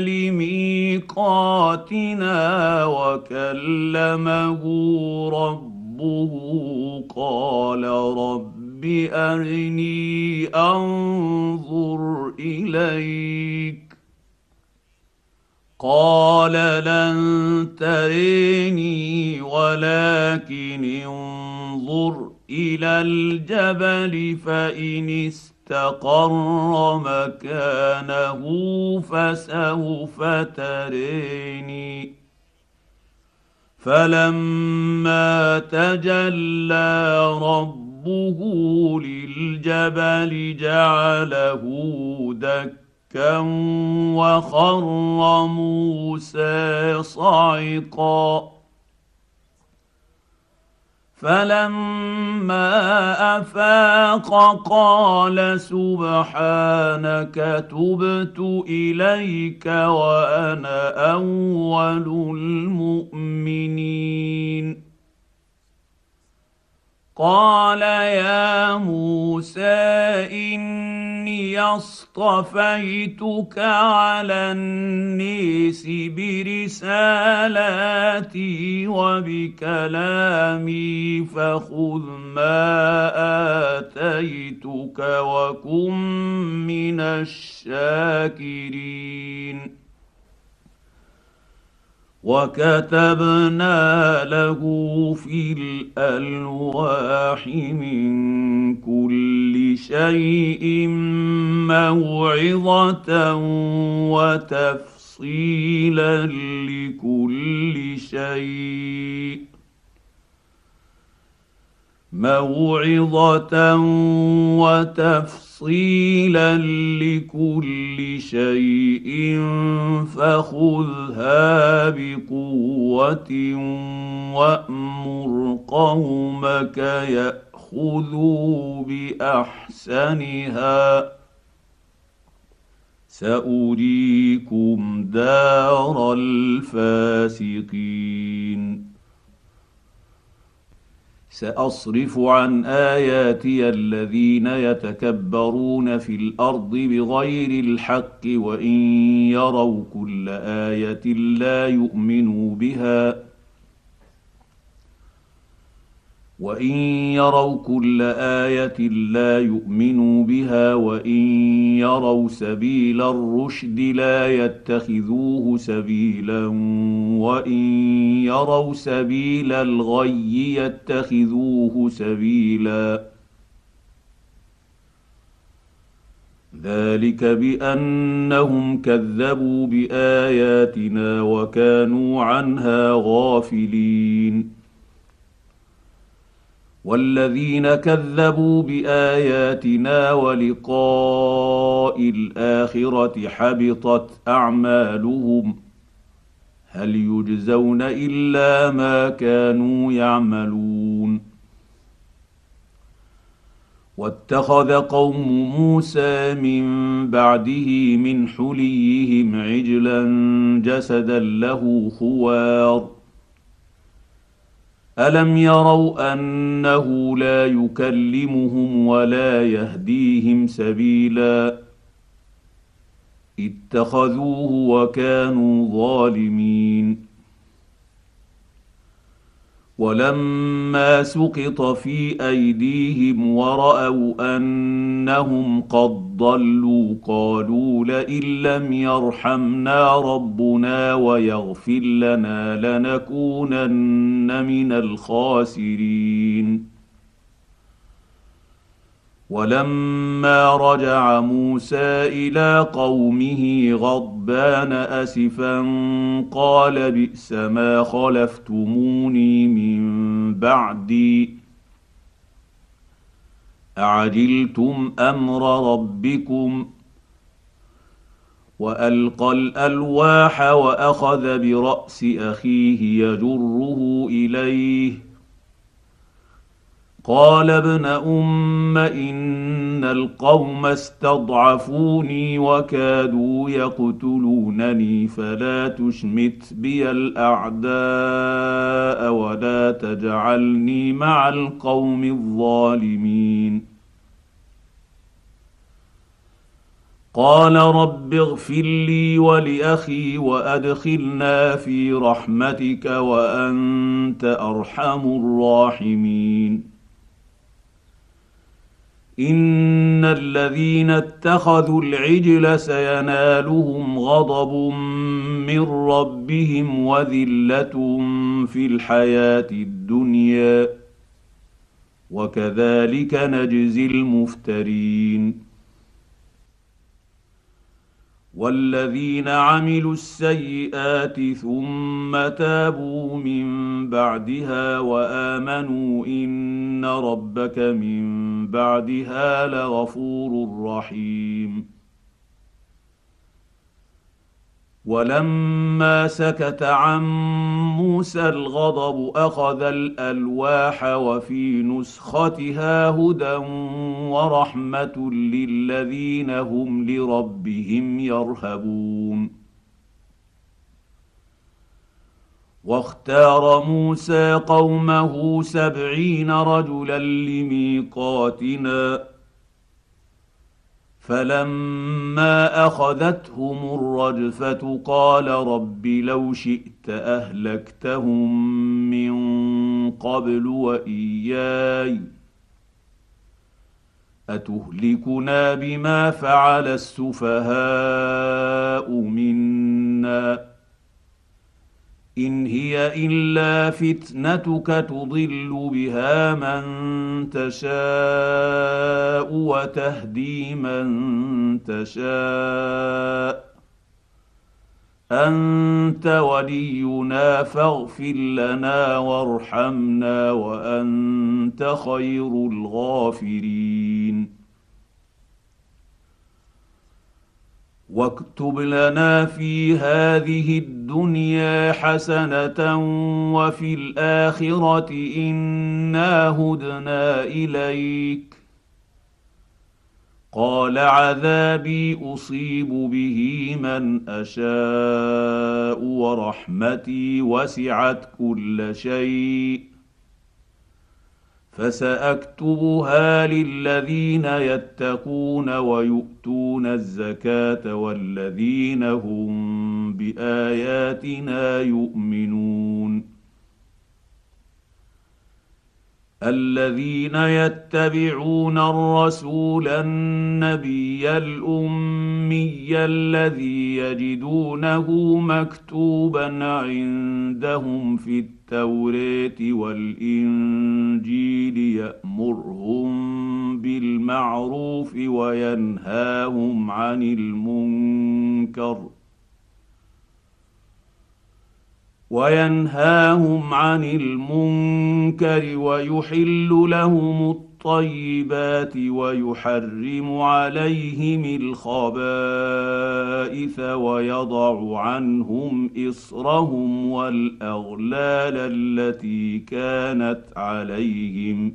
لميقاتنا وكلمه ربه قال رب أرني أنظر إليك قال لن تريني ولكن انظر إلى الجبل فإن استقر مكانه فسوف تريني. فلما تجلى ربه للجبل جعله دكا وخر موسى صعقا. فلما أفاق قال سبحانك تبت إليك وأنا أول المؤمنين. قال يا موسى إني اصطفيتك على الناس برسالاتي وبكلامي فخذ ما آتيتك وكن من الشاكرين. وكتبنا له في الألواح من كل شيء موعظة وتفصيلا لكل شيء موعظه وتفصيلا لكل شيء فخذها بقوه وامر قومك ياخذوا باحسنها ساريكم دار الفاسقين ساصرف عن اياتي الذين يتكبرون في الارض بغير الحق وان يروا كل ايه لا يؤمنوا بها وان يروا سبيل الرشد لا يتخذوه سبيلا وان يروا سبيل الغي يتخذوه سبيلا ذلك بانهم كذبوا باياتنا وكانوا عنها غافلين والذين كذبوا باياتنا ولقاء الاخره حبطت اعمالهم هل يجزون الا ما كانوا يعملون واتخذ قوم موسى من بعده من حليهم عجلا جسدا له خوار الم يروا انه لا يكلمهم ولا يهديهم سبيلا اتخذوه وكانوا ظالمين ولما سقط في ايديهم وراوا انهم قد ضلوا قالوا لئن لم يرحمنا ربنا ويغفر لنا لنكونن من الخاسرين ولما رجع موسى الى قومه غضبان اسفا قال بئس ما خلفتموني من بعدي اعجلتم امر ربكم والقى الالواح واخذ براس اخيه يجره اليه قال ابن ان القوم استضعفوني وكادوا يقتلونني فلا تشمت بي الاعداء ولا تجعلني مع القوم الظالمين قال رب اغفر لي ولاخي وادخلنا في رحمتك وانت ارحم الراحمين ان الذين اتخذوا العجل سينالهم غضب من ربهم وذله في الحياه الدنيا وكذلك نجزي المفترين والذين عملوا السيئات ثم تابوا من بعدها وامنوا ان ربك من بعدها لغفور رحيم ولما سكت عن موسى الغضب اخذ الالواح وفي نسختها هدى ورحمه للذين هم لربهم يرهبون واختار موسى قومه 70 رجلا لميقاتنا فلما اخذتهم الرجفه قال رب لو شئت اهلكتهم من قبل واياي اتهلكنا بما فعل السفهاء منا ان هي الا فتنتك تضل بها من تشاء وتهدي من تشاء انت انت ولينا فاغفر لنا وارحمنا وانت خير الغافرين. واكتب لنا في هذه الدنيا حسنه وفي الاخره انا هدنا اليك. قال عذابي اصيب به من اشاء ورحمتي وسعت كل شيء فساكتبها للذين يتقون ويؤتون الزكاه والذين هم باياتنا يؤمنون. الذين يتبعون الرسول النبي الامي الذي يجدونه مكتوبا عندهم في التوراه والانجيل يامرهم بالمعروف وينهاهم عن المنكر ويحل لهم الطيبات ويحرم عليهم الخبائث ويضع عنهم إصرهم والأغلال التي كانت عليهم.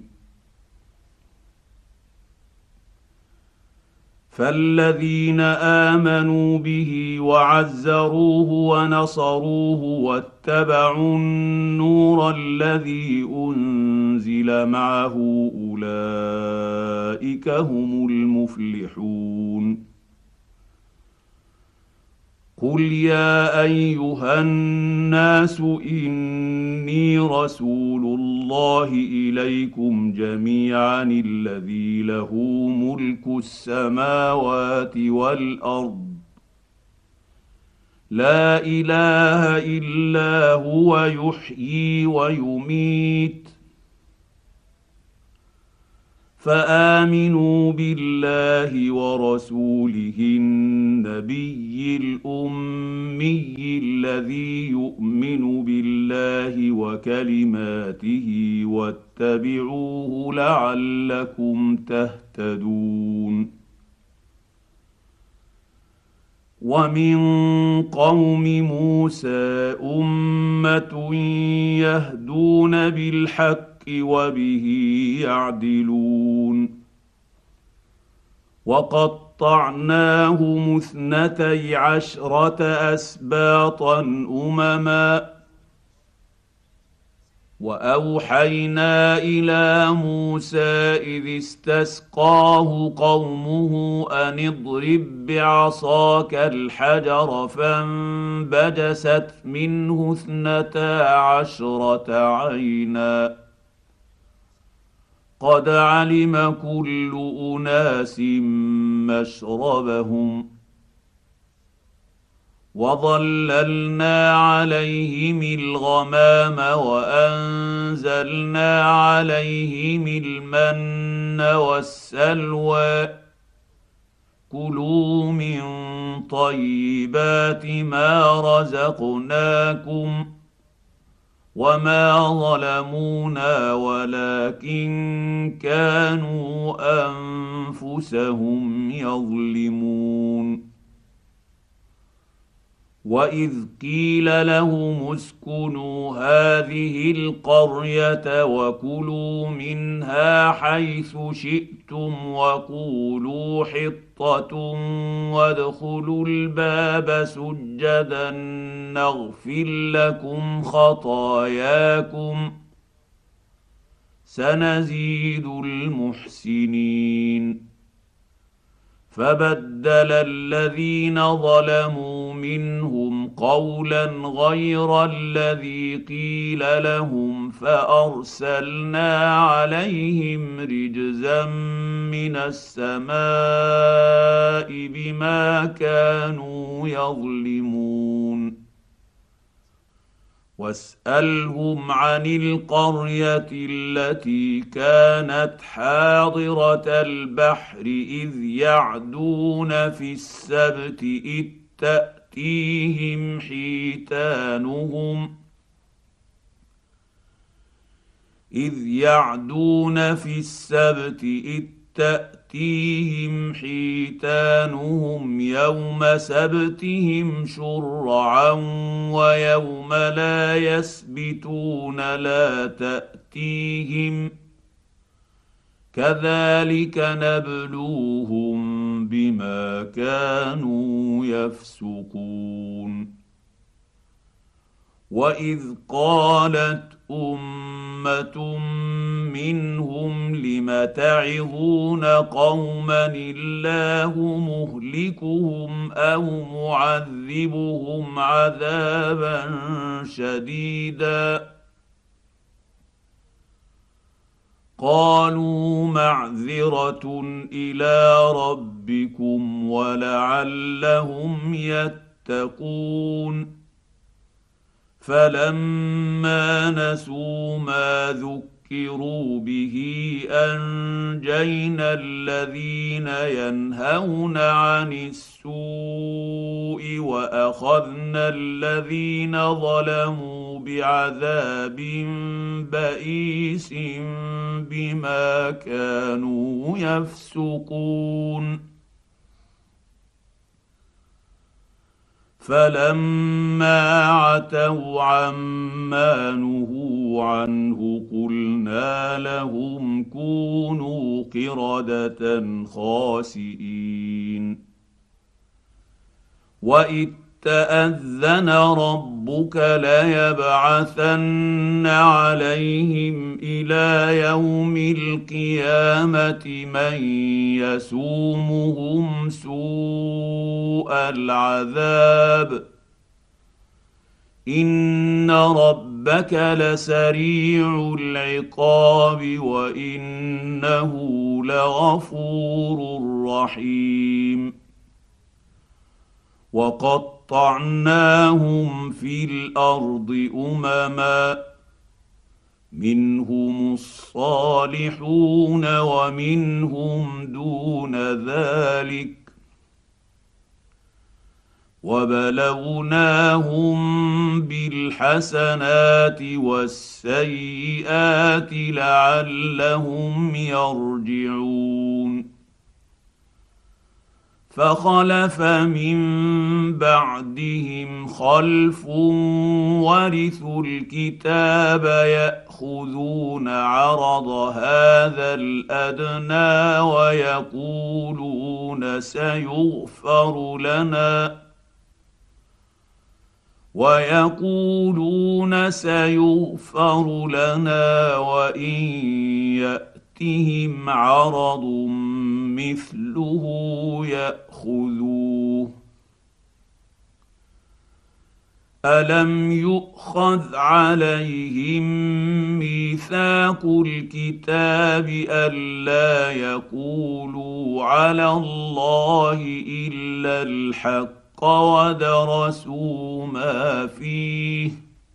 فالذين امنوا به وعزروه ونصروه واتبعوا النور الذي انزل معه اولئك هم المفلحون. قل يا ايها الناس اني رسول الله اليكم جميعا الذي له ملك السماوات والارض لا اله الا هو يحيي ويميت. فامنوا بالله ورسوله النبي الامي الذي يؤمن بالله وكلماته واتبعوه لعلكم تهتدون. ومن قوم موسى امه يهدون بالحق وبه يعدلون. وقطعناهم 12 أسباطا أمما واوحينا الى موسى اذ استسقاه قومه ان اضرب بعصاك الحجر فانبجست منه 12 عينا قد علم كل اناس مشربهم وظللنا عليهم الغمام وانزلنا عليهم المن والسلوى كلوا من طيبات ما رزقناكم وما ظلمونا ولكن كانوا انفسهم يظلمون. واذ قيل لهم اسكنوا هذه القريه وكلوا منها حيث شئتم وقولوا حطه وادخلوا الباب سجدا نغفر لكم خطاياكم سنزيد المحسنين. فبدل الذين ظلموا منهم قولا غير الذي قيل لهم فارسلنا عليهم رجزا من السماء بما كانوا يظلمون. واسالهم عن القريه التي كانت حاضره البحر اذ يعدون في السبت اذ تأتيهم حيتانهم إذ يعدون في السبت إذ تأتيهم حيتانهم يوم سبتهم شرعا ويوم لا يسبتون لا تأتيهم كذلك نبلوهم بما كانوا يفسقون. وإذ قالت أمة منهم لم تعظون قوما الله مهلكهم أو معذبهم عذابا شديدا قالوا معذرة إلى ربكم ولعلهم يتقون. فلما نسوا ما ذكروا به أنجينا الذين ينهون عن السوء وأخذنا الذين ظلموا بعذاب بئيس بما كانوا يفسقون. فلما عتوا عما نهوا عنه قلنا لهم كونوا قردة خاسئين. وإذ تأذن ربك ليبعثن عليهم إلى يوم القيامة من يسومهم سوء العذاب إن ربك لسريع العقاب وإنه لغفور رحيم. وقطعناهم في الأرض أمما منهم الصالحون ومنهم دون ذلك وبلوناهم بالحسنات والسيئات لعلهم يرجعون. فخلف من بعدهم خلف ورثوا الكتاب يأخذون عرض هذا الأدنى ويقولون سيغفر لنا وإن يأتهم عرض مثله يأخذوه. ألم يؤخذ عليهم ميثاق الكتاب ألا يقولوا على الله إلا الحق ودرسوا ما فيه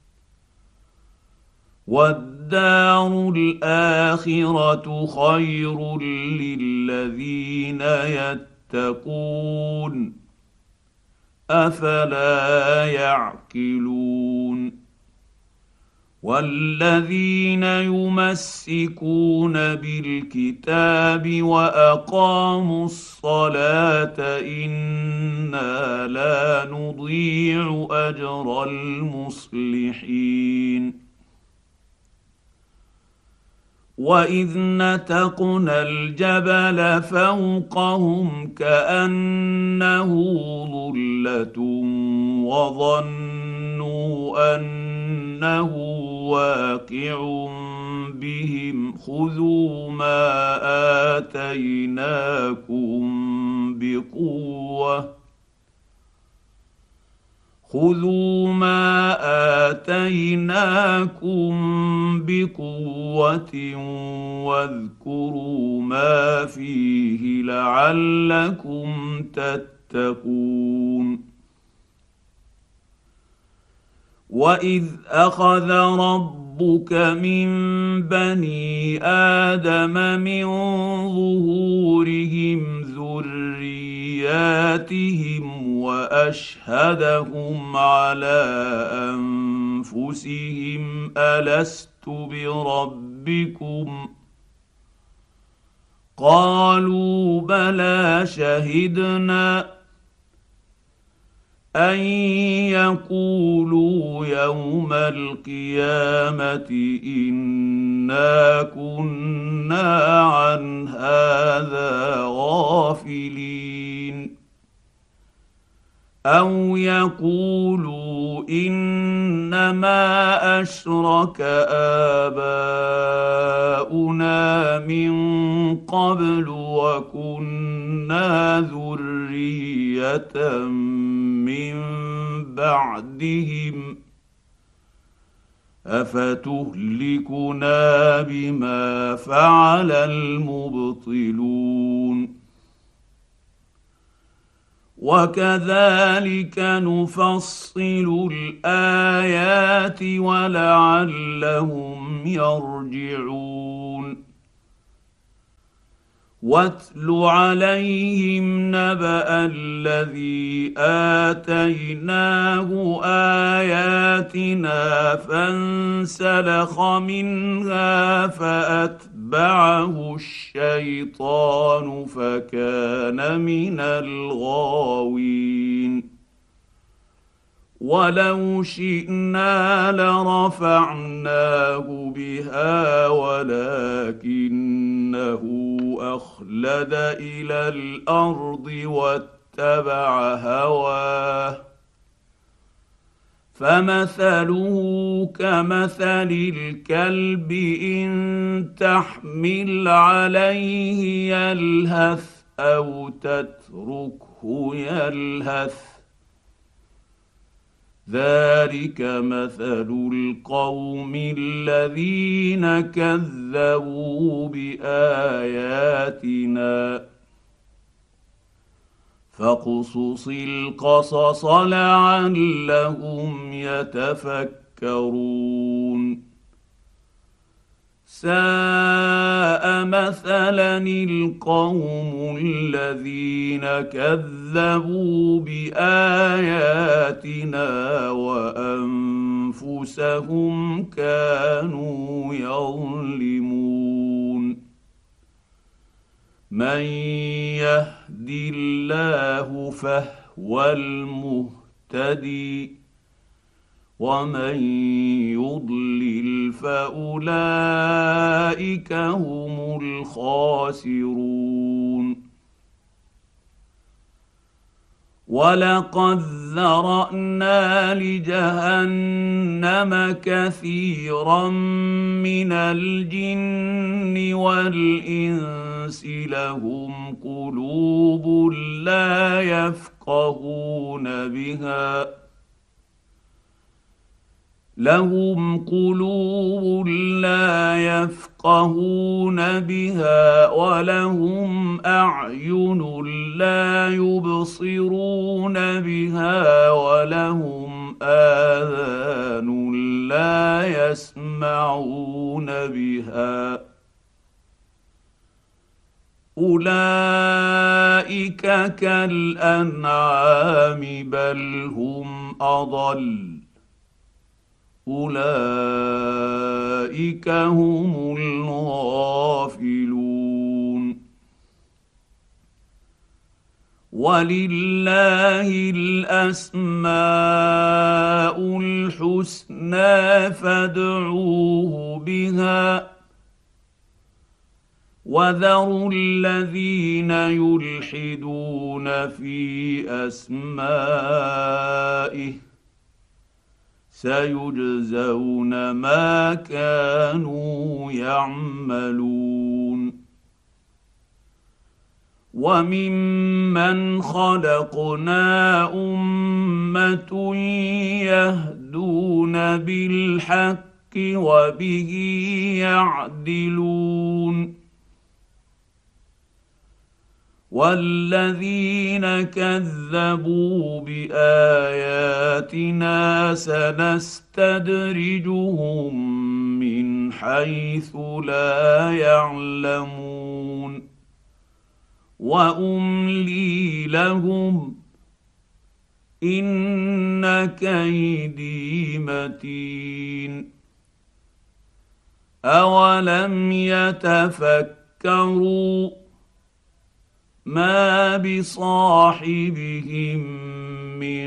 والدار الآخرة خير للذين يتقون أفلا يعقلون. والذين يمسكون بالكتاب وأقاموا الصلاة إنا لا نضيع أجر المصلحين. وإذ نتقنا الجبل فوقهم كأنه ظلة وظنوا أنه واقع بهم خذوا ما آتيناكم بقوة واذكروا ما فيه لعلكم تتقون. وإذ أخذ ربك من بني آدم من ظهورهم ذريتهم ذرياتهم واشهدهم على انفسهم الست بربكم قالوا بلى شهدنا ان يقولوا يوم القيامه انا كنا عن هذا غافلين او يقولوا انما اشرك اباؤنا من قبل وكنا ذريه من بعدهم افتهلكنا بما فعل المبطلون وكذلك نفصل الايات ولعلهم يرجعون واتل عليهم نبأ الذي آتيناه آياتنا فانسلخ منها فأتبعه الشيطان فكان من الغاوين ولو شئنا لرفعناه بها ولكنه اخلد الى الارض واتبع هواه فمثله كمثل الكلب ان تحمل عليه يلهث او تتركه يلهث ذلك مثل القوم الذين كذبوا باياتنا فاقصص القصص لعلهم يتفكرون ساء مثلا القوم الذين كذبوا باياتنا وانفسهم كانوا يظلمون من يهد الله فهو المهتدي ومن يضلل فاولئك هم الخاسرون ولقد ذرانا لجهنم كثيرا من الجن والانس لهم قلوب لا يفقهون بها ولهم اعين لا يبصرون بها ولهم اذان لا يسمعون بها اولئك كالانعام بل هم اضل اولئك هم الغافلون ولله الاسماء الحسنى فادعوه بها وذروا الذين يلحدون في اسمائه سيجزون ما كانوا يعملون وممن خلقنا امه يهدون بالحق وبه يعدلون والذين كذبوا باياتنا سنستدرجهم من حيث لا يعلمون واملي لهم ان كيدي متين. اولم يتفكروا ما بصاحبهم من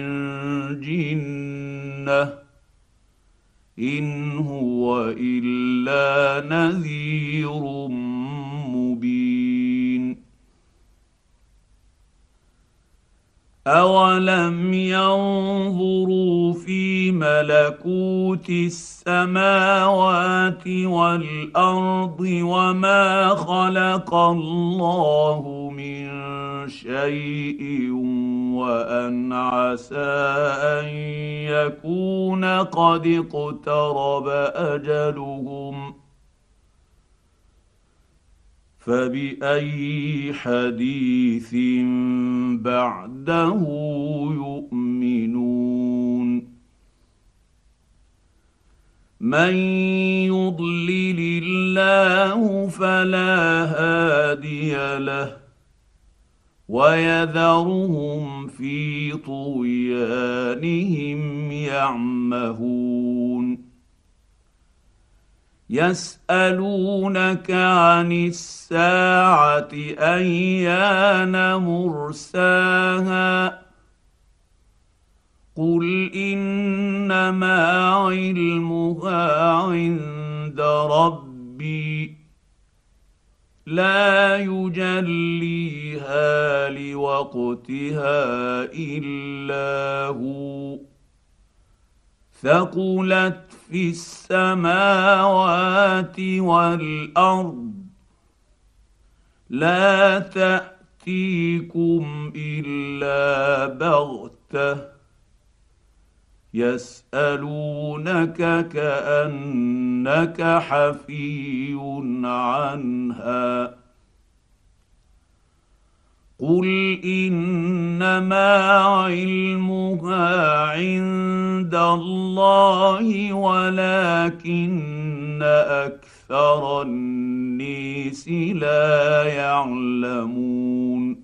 جنه ان هو الا نذير مبين. اولم ينظروا في ملكوت السماوات والارض وما خلق الله من شيء وان عسى ان يكون قد اقترب اجلهم فباي حديث بعده يؤمنون. من يضلل الله فلا هادي له ويذرهم في طغيانهم يعمهون. يسالونك عن الساعه ايان مرساها قل انما علمها عند ربي لا يجليها لوقتها الا هو ثقلت في السماوات والارض لا تاتيكم الا بغته يسالونك كانك حفي عنها قل انما علمها عند الله ولكن اكثر الناس لا يعلمون.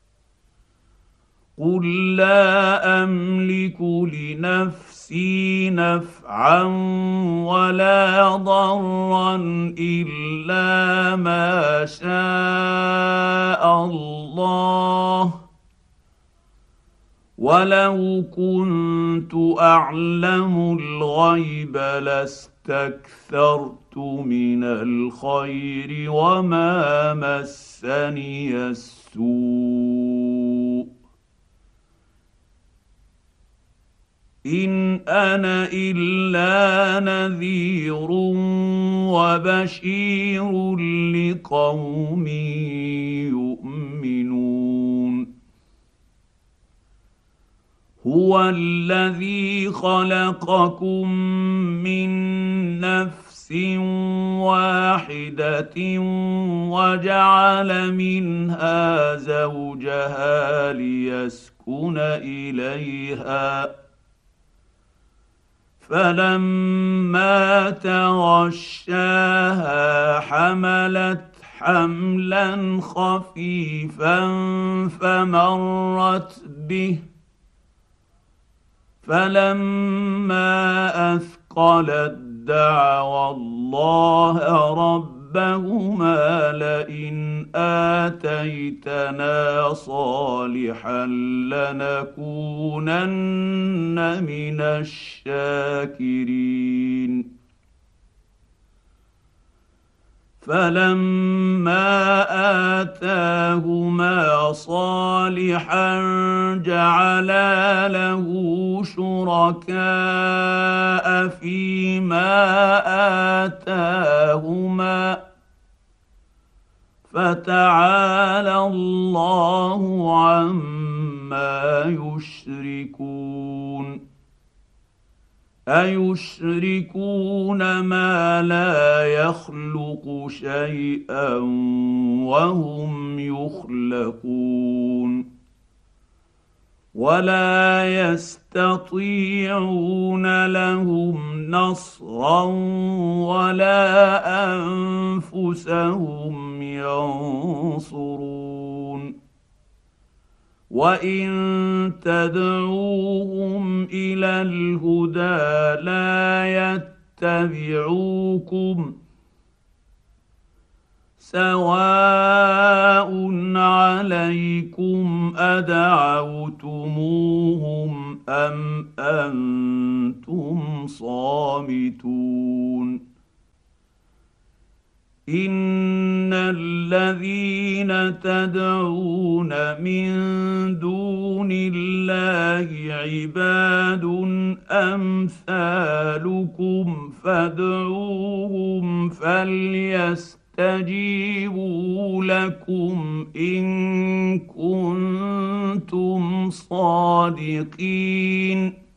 قل لا املك لنفسي نفعا ولا ضرا الا ما شاء الله ولو كنت اعلم الغيب لاستكثرت من الخير وما مسني السوء ان انا الا نذير وبشير لقوم يؤمنون. هو الذي خلقكم من نفس واحده وجعل منها زوجها ليسكن اليها فلما تغشاها حملت حملا خفيفا فمرت به فلما اثقلت دعوا الله ربهما لئن اتيتنا صالحا لنكونن من الشاكرين. فلما اتاهما صالحا جعلا له شركاء فيما اتاهما فتعالى الله عما يشركون. ايشركون ما لا يخلق شيئا وهم يخلقون ولا يستطيعون لهم نصرا ولا انفسهم ينصرون. وان تدعوهم الى الهدى لا يتبعوكم سواء عليكم ادعوتموهم ام انتم صامتون ان الذين تدعون من دون الله عباد امثالكم فادعوهم فليستجيبوا لكم ان كنتم صادقين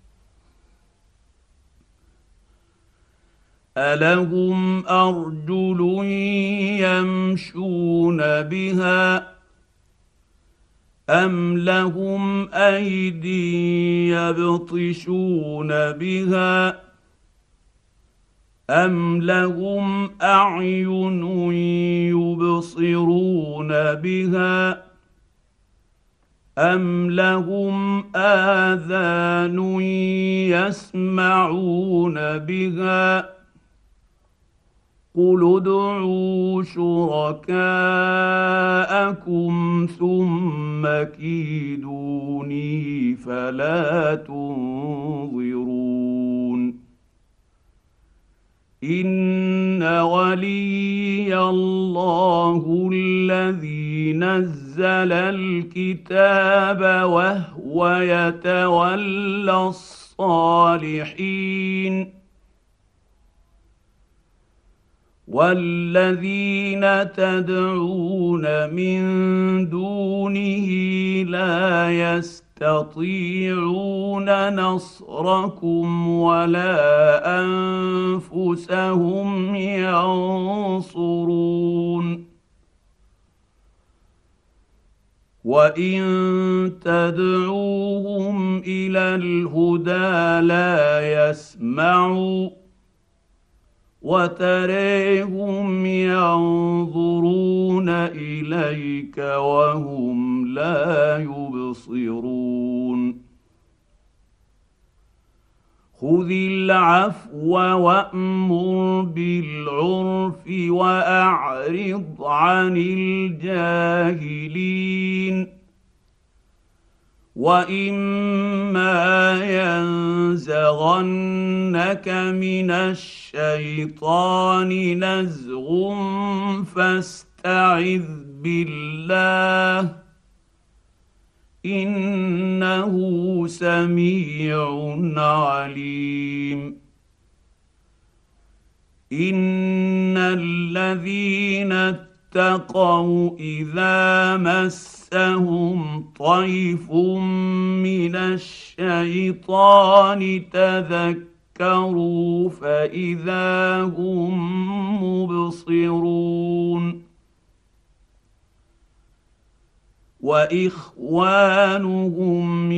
ألهم أرجل يمشون بها أم لهم أيدي يبطشون بها أم لهم أعين يبصرون بها أم لهم آذان يسمعون بها قل ادعوا شركاءكم ثم كيدوني فلا تنظرون ان وليي الله الذي نزل الكتاب وهو يتولى الصالحين والذين تدعون من دونه لا يستطيعون نصركم ولا انفسهم ينصرون وان تدعوهم الى الهدى لا يسمعوا وتريهم ينظرون اليك وهم لا يبصرون خذ العفو وامر بالعرف واعرض عن الجاهلين واما ينزغنك من الشيطان نزغ فاستعذ بالله انه سميع عليم ان الذين اتقوا اذا مسهم طيف من الشيطان تذكروا فاذا هم مبصرون واخوانهم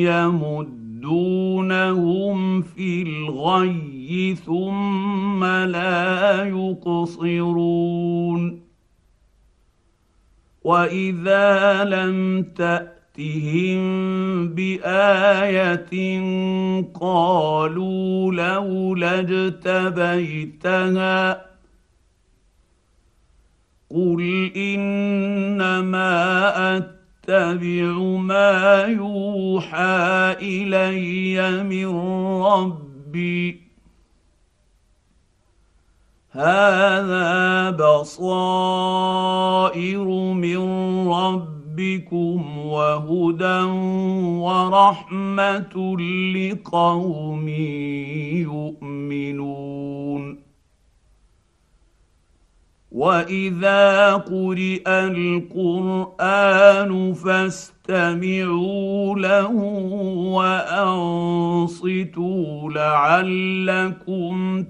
يمدونهم في الغي ثم لا يقصرون واذا لم تاتهم بايه قالوا لولا اجتبيتها قل انما اتبع ما يوحى الي من ربي هذا بصائر من ربكم وهدى ورحمه لقوم يؤمنون واذا قرئ القران فاستمعوا له وانصتوا لعلكم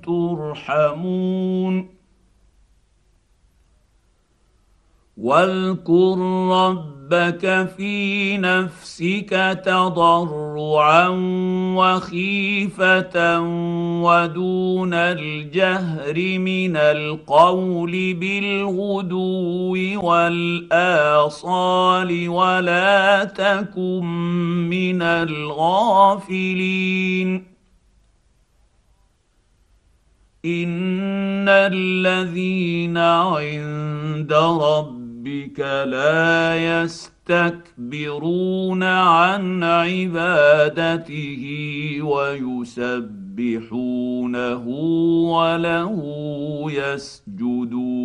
ترحمون واذكر ربك ربك في نفسك تضرعا وخيفه ودون الجهر من القول بالغدو والاصال ولا تكن من الغافلين ان الذين عند ربك لا يستكبرون عن عبادته ويسبحونه وله يسجدون.